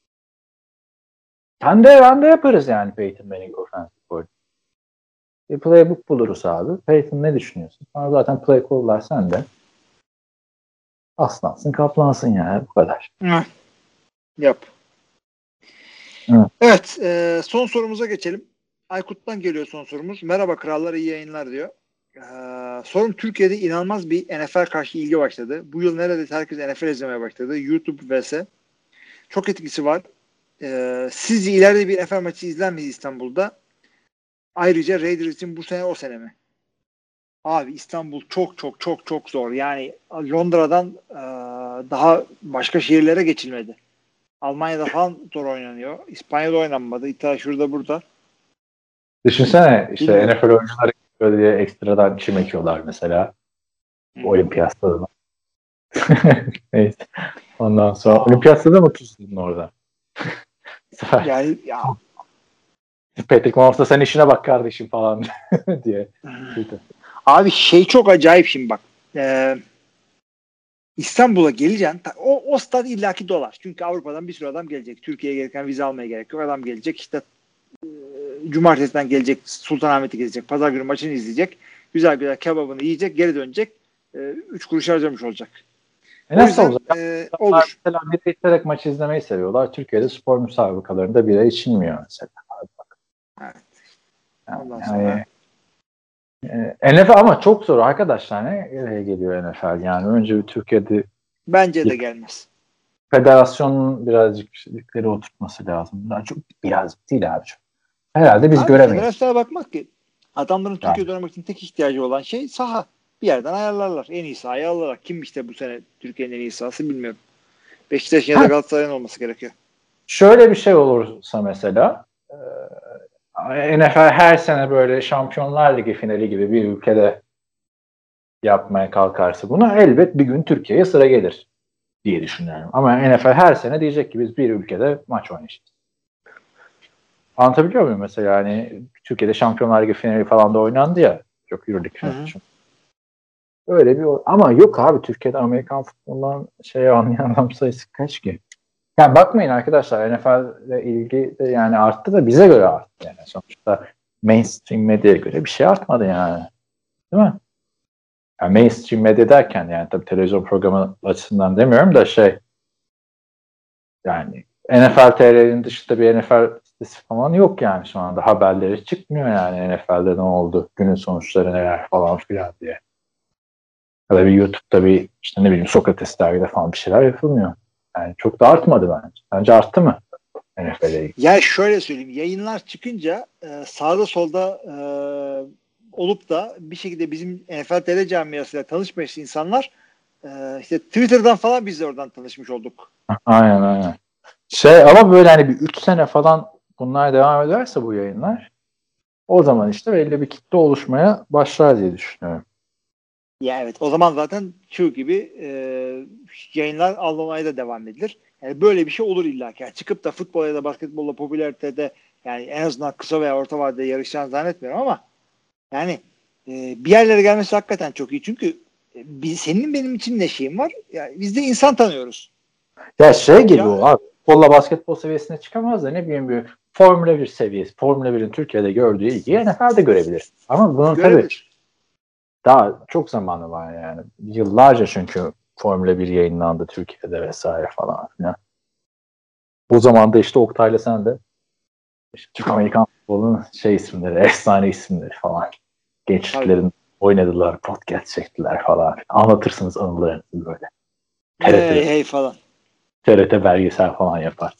Ben de yaparız yani Peyton Manning offensive coordinator. Bir playbook buluruz abi. Peyton ne düşünüyorsun? Sonra zaten play call'lar sende. Aslansın kaplansın yani bu kadar. Yap. Hı. Evet son sorumuza geçelim. Aykut'tan geliyor son sorumuz. Merhaba krallar iyi yayınlar diyor. Sorum Türkiye'de inanılmaz bir NFL karşı ilgi başladı. Bu yıl neredeyse herkes NFL izlemeye başladı. YouTube vs. Çok etkisi var. Sizce ileride bir NFL maçı izler miyiz İstanbul'da? Ayrıca Raiders için bu sene o sene mi? Abi İstanbul çok zor. Yani Londra'dan daha başka şehirlere geçilmedi. Almanya'da falan zor oynanıyor. İspanya'da oynanmadı. İtalya şurada burada. Düşünsene işte NFL oyuncuları böyle diye ekstradan çim ekiyorlar mesela. Olimpiyat stadına. Neyse. Ondan sonra Olimpiyat stadına mı tuzladın orada? Yani ya. Patrick Mahomes'a sen işine bak kardeşim falan diye. Abi çok acayip şimdi bak. İstanbul'a geleceksin. O stad illaki dolar. Çünkü Avrupa'dan bir sürü adam gelecek. Türkiye'ye gelirken vize almaya gerek yok. Adam gelecek işte cumartesiden gelecek. Sultanahmet'i gezecek. Pazar günü maçını izleyecek. Güzel kebabını yiyecek. Geri dönecek. 3 kuruş harcamış olacak. O Nasıl yüzden olacak? olur. Mesela bira içerek maç izlemeyi seviyorlar. Türkiye'de spor müsabakalarında bira içilmiyor mesela. Evet. Yani, Ondan sonra NFL ama çok zor arkadaşlar. Nereye geliyor NFL? Yani önce bir Türkiye'de bence de gelmez. federasyonun birazcık yükleri oturtması lazım. Daha çok birazcık değil abi. Herhalde biz Abi göremeyiz. federasyona bakmak ki adamların Yani. Türkiye'de oynamak için tek ihtiyacı olan şey saha. Bir yerden ayarlarlar. En iyi sahayı alırlar. Kim işte bu sene Türkiye'nin en iyi sahası bilmiyorum. Beşiktaş'ın ya da Galatasaray'ın olması gerekiyor. Şöyle bir şey olursa mesela NFL her sene böyle Şampiyonlar Ligi finali gibi bir ülkede yapmaya kalkarsa buna elbet bir gün Türkiye'ye sıra gelir diye düşünüyorum. Ama NFL her sene diyecek ki biz bir ülkede maç oynayacağız. Anlatabiliyor muyum mesela? Yani Türkiye'de Şampiyonlar Ligi finali falan da oynandı ya. Çok Euroleague finali. Öyle bir ama yok abi Türkiye'de Amerikan futbolundan anlayan adam sayısı kaç ki? Yani bakmayın arkadaşlar NFL ile ilgi de yani arttı da bize göre arttı yani sonuçta mainstream medyaya göre bir şey artmadı yani. Değil mi? Yani mainstream medya derken yani tabii televizyon programı açısından demiyorum da yani NFL TR'nin dışında bir NFL sitesi falan yok yani şu anda. Haberleri çıkmıyor yani NFL'de ne oldu, günün sonuçları neler falan filan diye. Ya da bir YouTube'da bir işte ne bileyim Sokrates dergide falan bir şeyler yapılmıyor. Yani çok da artmadı bence. Bence arttı mı NFL'e ilgili? Ya şöyle söyleyeyim. Yayınlar çıkınca sağda solda olup da bir şekilde bizim NFL TV camiasıyla tanışmış insanlar işte Twitter'dan falan biz de oradan tanışmış olduk. Aynen. Ama böyle hani bir 3 sene falan bunlar devam ederse bu yayınlar o zaman işte belli bir kitle oluşmaya başlar diye düşünüyorum. Ya evet o zaman zaten şu gibi yayınlar almaya da devam edilir. Yani böyle bir şey olur illa ki. Yani çıkıp da futbol ya da basketbolla popülaritede yani en azından kısa veya orta vadede yarışacağını zannetmiyorum ama yani bir yerlere gelmesi hakikaten çok iyi. Çünkü senin benim için ne şeyim var? Yani biz de insan tanıyoruz. Ya gibi Ya, o abi. Futbolla basketbol seviyesine çıkamaz da ne bileyim bir Formula 1 seviyesi. Formula 1'in Türkiye'de gördüğü ilgiyi NFL'de görebilir. Ama bunun tabii görebilir. daha çok zamanı var yani. Yıllarca çünkü Formula 1 yayınlandı Türkiye'de vesaire falan filan. Bu zamanda işte Oktay'la sen de işte Türk Amerikan futbolunun isimleri, efsane isimleri falan. Gençlerin oynadılar, podcast çektiler falan. Anlatırsınız anılarınızı böyle. Hey falan. TRT belgesel falan yapar.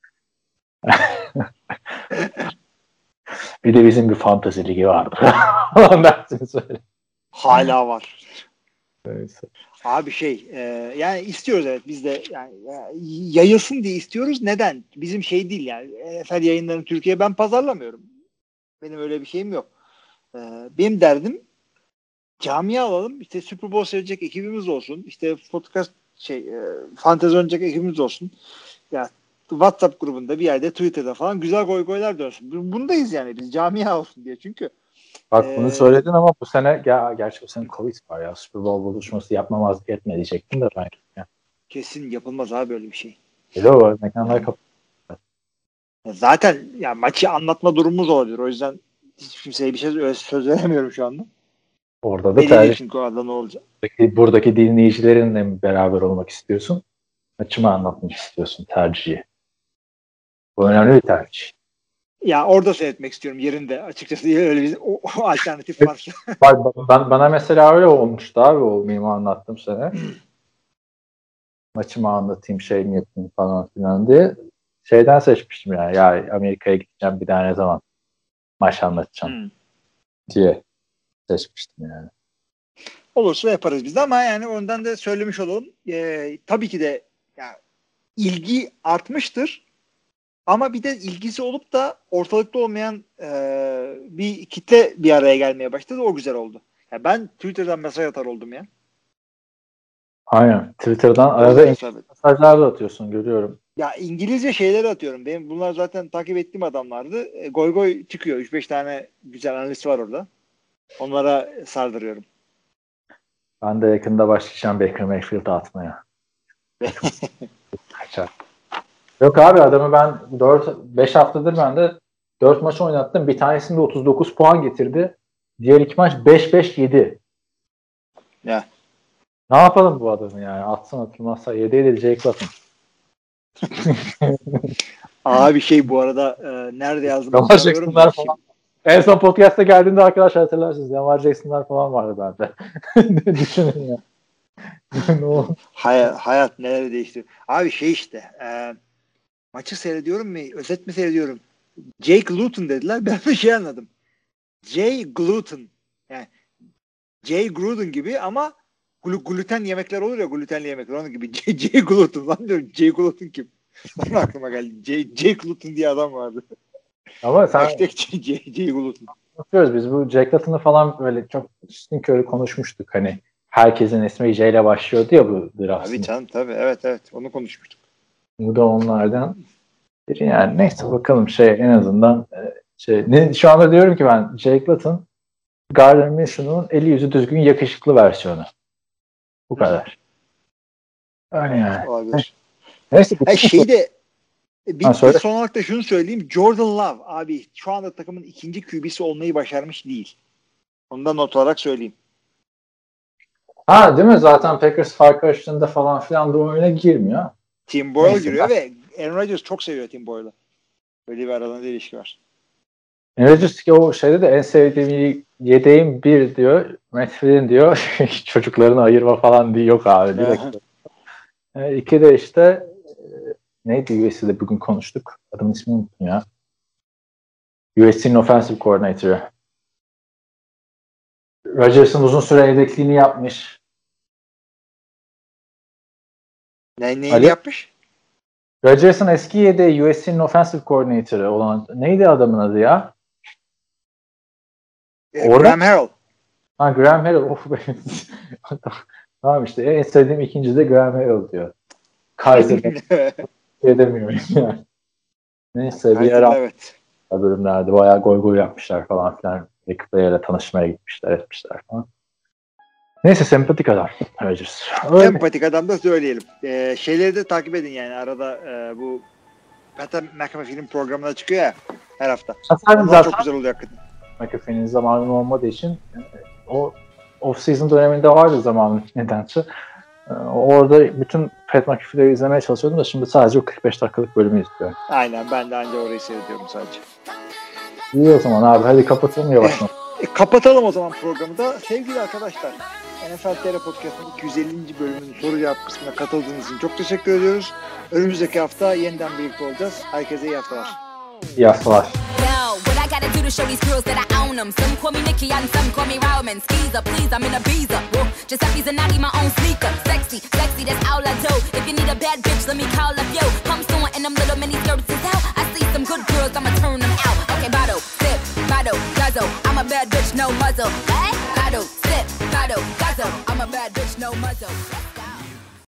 Bir de bizim bir fantezi ligi vardı. Dersiniz öyle. Hala var. Neyse. Abi yani istiyoruz evet biz de yani yayılsın diye istiyoruz. Neden? Bizim değil yani. NFL yayınlarını Türkiye'ye ben pazarlamıyorum. Benim öyle bir şeyim yok. Benim derdim camia alalım. İşte Super Bowl seyredecek ekibimiz olsun. İşte podcast fantezi oynayacak ekibimiz olsun. Ya WhatsApp grubunda bir yerde Twitter'da falan güzel goylar dönsün. Bundayız yani biz camia olsun diye. Çünkü Bak bunu söyledin ama bu sene gerçi bu sene Covid var ya. Super Bowl buluşması yapmamazlık etme diyecektim de ben. Yani. kesin yapılmaz abi böyle bir şey. Öyle var. Mekanlar kapalı. Zaten ya maçı anlatma durumumuz olabilir. O yüzden hiç kimseye bir şey söz veremiyorum şu anda. Orada da Belli tercih. çünkü o adamı olacak. Buradaki dinleyicilerinle mi beraber olmak istiyorsun? Maçımı anlatmak istiyorsun tercihi. Bu önemli bir tercih. Ya orada seyretmek istiyorum yerinde. Açıkçası öyle bir o alternatif varsa. Bana mesela öyle olmuştu abi o benim anlattığım sene. Maçımı anlatayım mi yapayım falan filan diye. Şeyden seçmiştim yani. Ya Amerika'ya gideceğim bir daha ne zaman maç anlatacağım diye seçmiştim yani. Olursa yaparız biz de ama yani ondan da söylemiş olalım. Tabii ki de yani ilgi artmıştır. Ama bir de ilgisi olup da ortalıkta olmayan bir kitle bir araya gelmeye başladı. O güzel oldu. Yani ben Twitter'dan mesaj atar oldum ya. Aynen. Twitter'dan arada mesajlar da atıyorsun görüyorum. Ya İngilizce şeyleri atıyorum. Benim bunlar zaten takip ettiğim adamlardı. Goy goy çıkıyor. 3-5 tane güzel analist var orada. Onlara sardırıyorum. Ben de yakında başlayacağım Baker Mayfield'ı atmaya. Kaçar. Yok abi adamı ben 5 haftadır ben de 4 maç oynattım. Bir tanesinde 39 puan getirdi. Diğer 2 maç 5-5-7. Ya. Ne yapalım bu adamı yani? Atsın atılmazsa yedeğiyle Jake Lattin. Abi bu arada nerede yazdım? Lamar Jackson'lar falan. En son podcast'a geldiğinde arkadaşlar hatırlarsınız. Lamar Jackson'lar falan vardı bende. Düşünün ya. Hayat neler değişti. Abi işte maçı seyrediyorum mu? Özet mi seyrediyorum? Jake Luton dediler. Ben bir şey anladım. Jay Gluten. Yani Jay Gruden gibi ama gluten yemekler olur ya, glutenli yemekler. Onun gibi Jay Gluten. Lan diyorum, Jay Gluten kim? Sonra aklıma geldi. Jay Gluten diye adam vardı. Ama sen Jay Gluten. bakıyoruz biz bu Jake Lattin'ı falan böyle çok üstün körü konuşmuştuk. Hani herkesin ismi J ile başlıyordu ya bu draft'ın. Tabii canım tabii. Evet. Onu konuşmuştuk. Bu da onlardan biri yani. Neyse bakalım en azından şu anda diyorum ki ben Jake Lattin Gardner Minshew'un eli yüzü düzgün yakışıklı versiyonu. Bu kadar. Öyle yani. Olabilir. Neyse. Bir son olarak da şunu söyleyeyim. Jordan Love abi şu anda takımın ikinci QB'si olmayı başarmış değil. Onu da not olarak söyleyeyim. Değil mi? Zaten Packers fark açtığında falan filan da oyuna girmiyor. Tim Boyle giriyor ve Aaron Rodgers çok seviyor Tim Boyle'ı. Böyle bir aralarında ilişki var. Aaron Rodgers o de en sevdiğim yedeğim bir diyor. Matt Flynn diyor. Çocuklarını ayırma falan diye yok abi. Direkt. İki de işte neydi USC'de bugün konuştuk. Adamın ismini unuttum ya. USC'nin offensive coordinator'ı. Rodgers'ın uzun süre yedekliğini yapmış. Neyi yapmış? Rodgers'ın eski yedeği USC'nin offensive coordinator'ı olan neydi adamın adı ya? Graham Harrell. Graham Harrell. Tamam işte en sevdiğim ikinci de Graham Harrell diyor. Kaiser'da demiyorum yani. Neyse bir ara bölümlerde bayağı goy yapmışlar falan filan. Ekipleriyle tanışmaya gitmişler etmişler falan. Neyse sempatik adam Rodgers. Sempatik adam da söyleyelim. Şeyleri de takip edin yani arada bu Pat McAfee'nin programına çıkıyor ya her hafta. Zaten çok güzel oluyor hakikaten. McAfee'nin zamanı olmadığı için o off-season döneminde vardı zamanı nedense. Orada bütün Pat McAfee'leri izlemeye çalışıyordum da şimdi sadece o 45 dakikalık bölümü izliyorum. Aynen ben de anca orayı seyrediyorum sadece. İyi o zaman abi hadi kapatalım yavaştan. Kapatalım o zaman programı da. Sevgili arkadaşlar NFL TR Podcast'ın 250. bölümünün soru cevap kısmına katıldığınız için çok teşekkür ediyoruz. Önümüzdeki hafta yeniden birlikte olacağız. Herkese iyi haftalar. İyi haftalar. I gotta do to show these girls that I own them. Some call me Nicki and some call me Roman. Skeezer, please, I'm in a visa. Giuseppe's and I need my own sneaker. Sexy, that's all I do. If you need a bad bitch, let me call up yo. Pumps on and them little mini skirts is out. I see some good girls, I'ma turn them out. Okay, bottle, sip, bottle, guzzle. I'm a bad bitch, no muzzle. Bottle, sip, bottle, guzzle. I'm a bad bitch, no muzzle.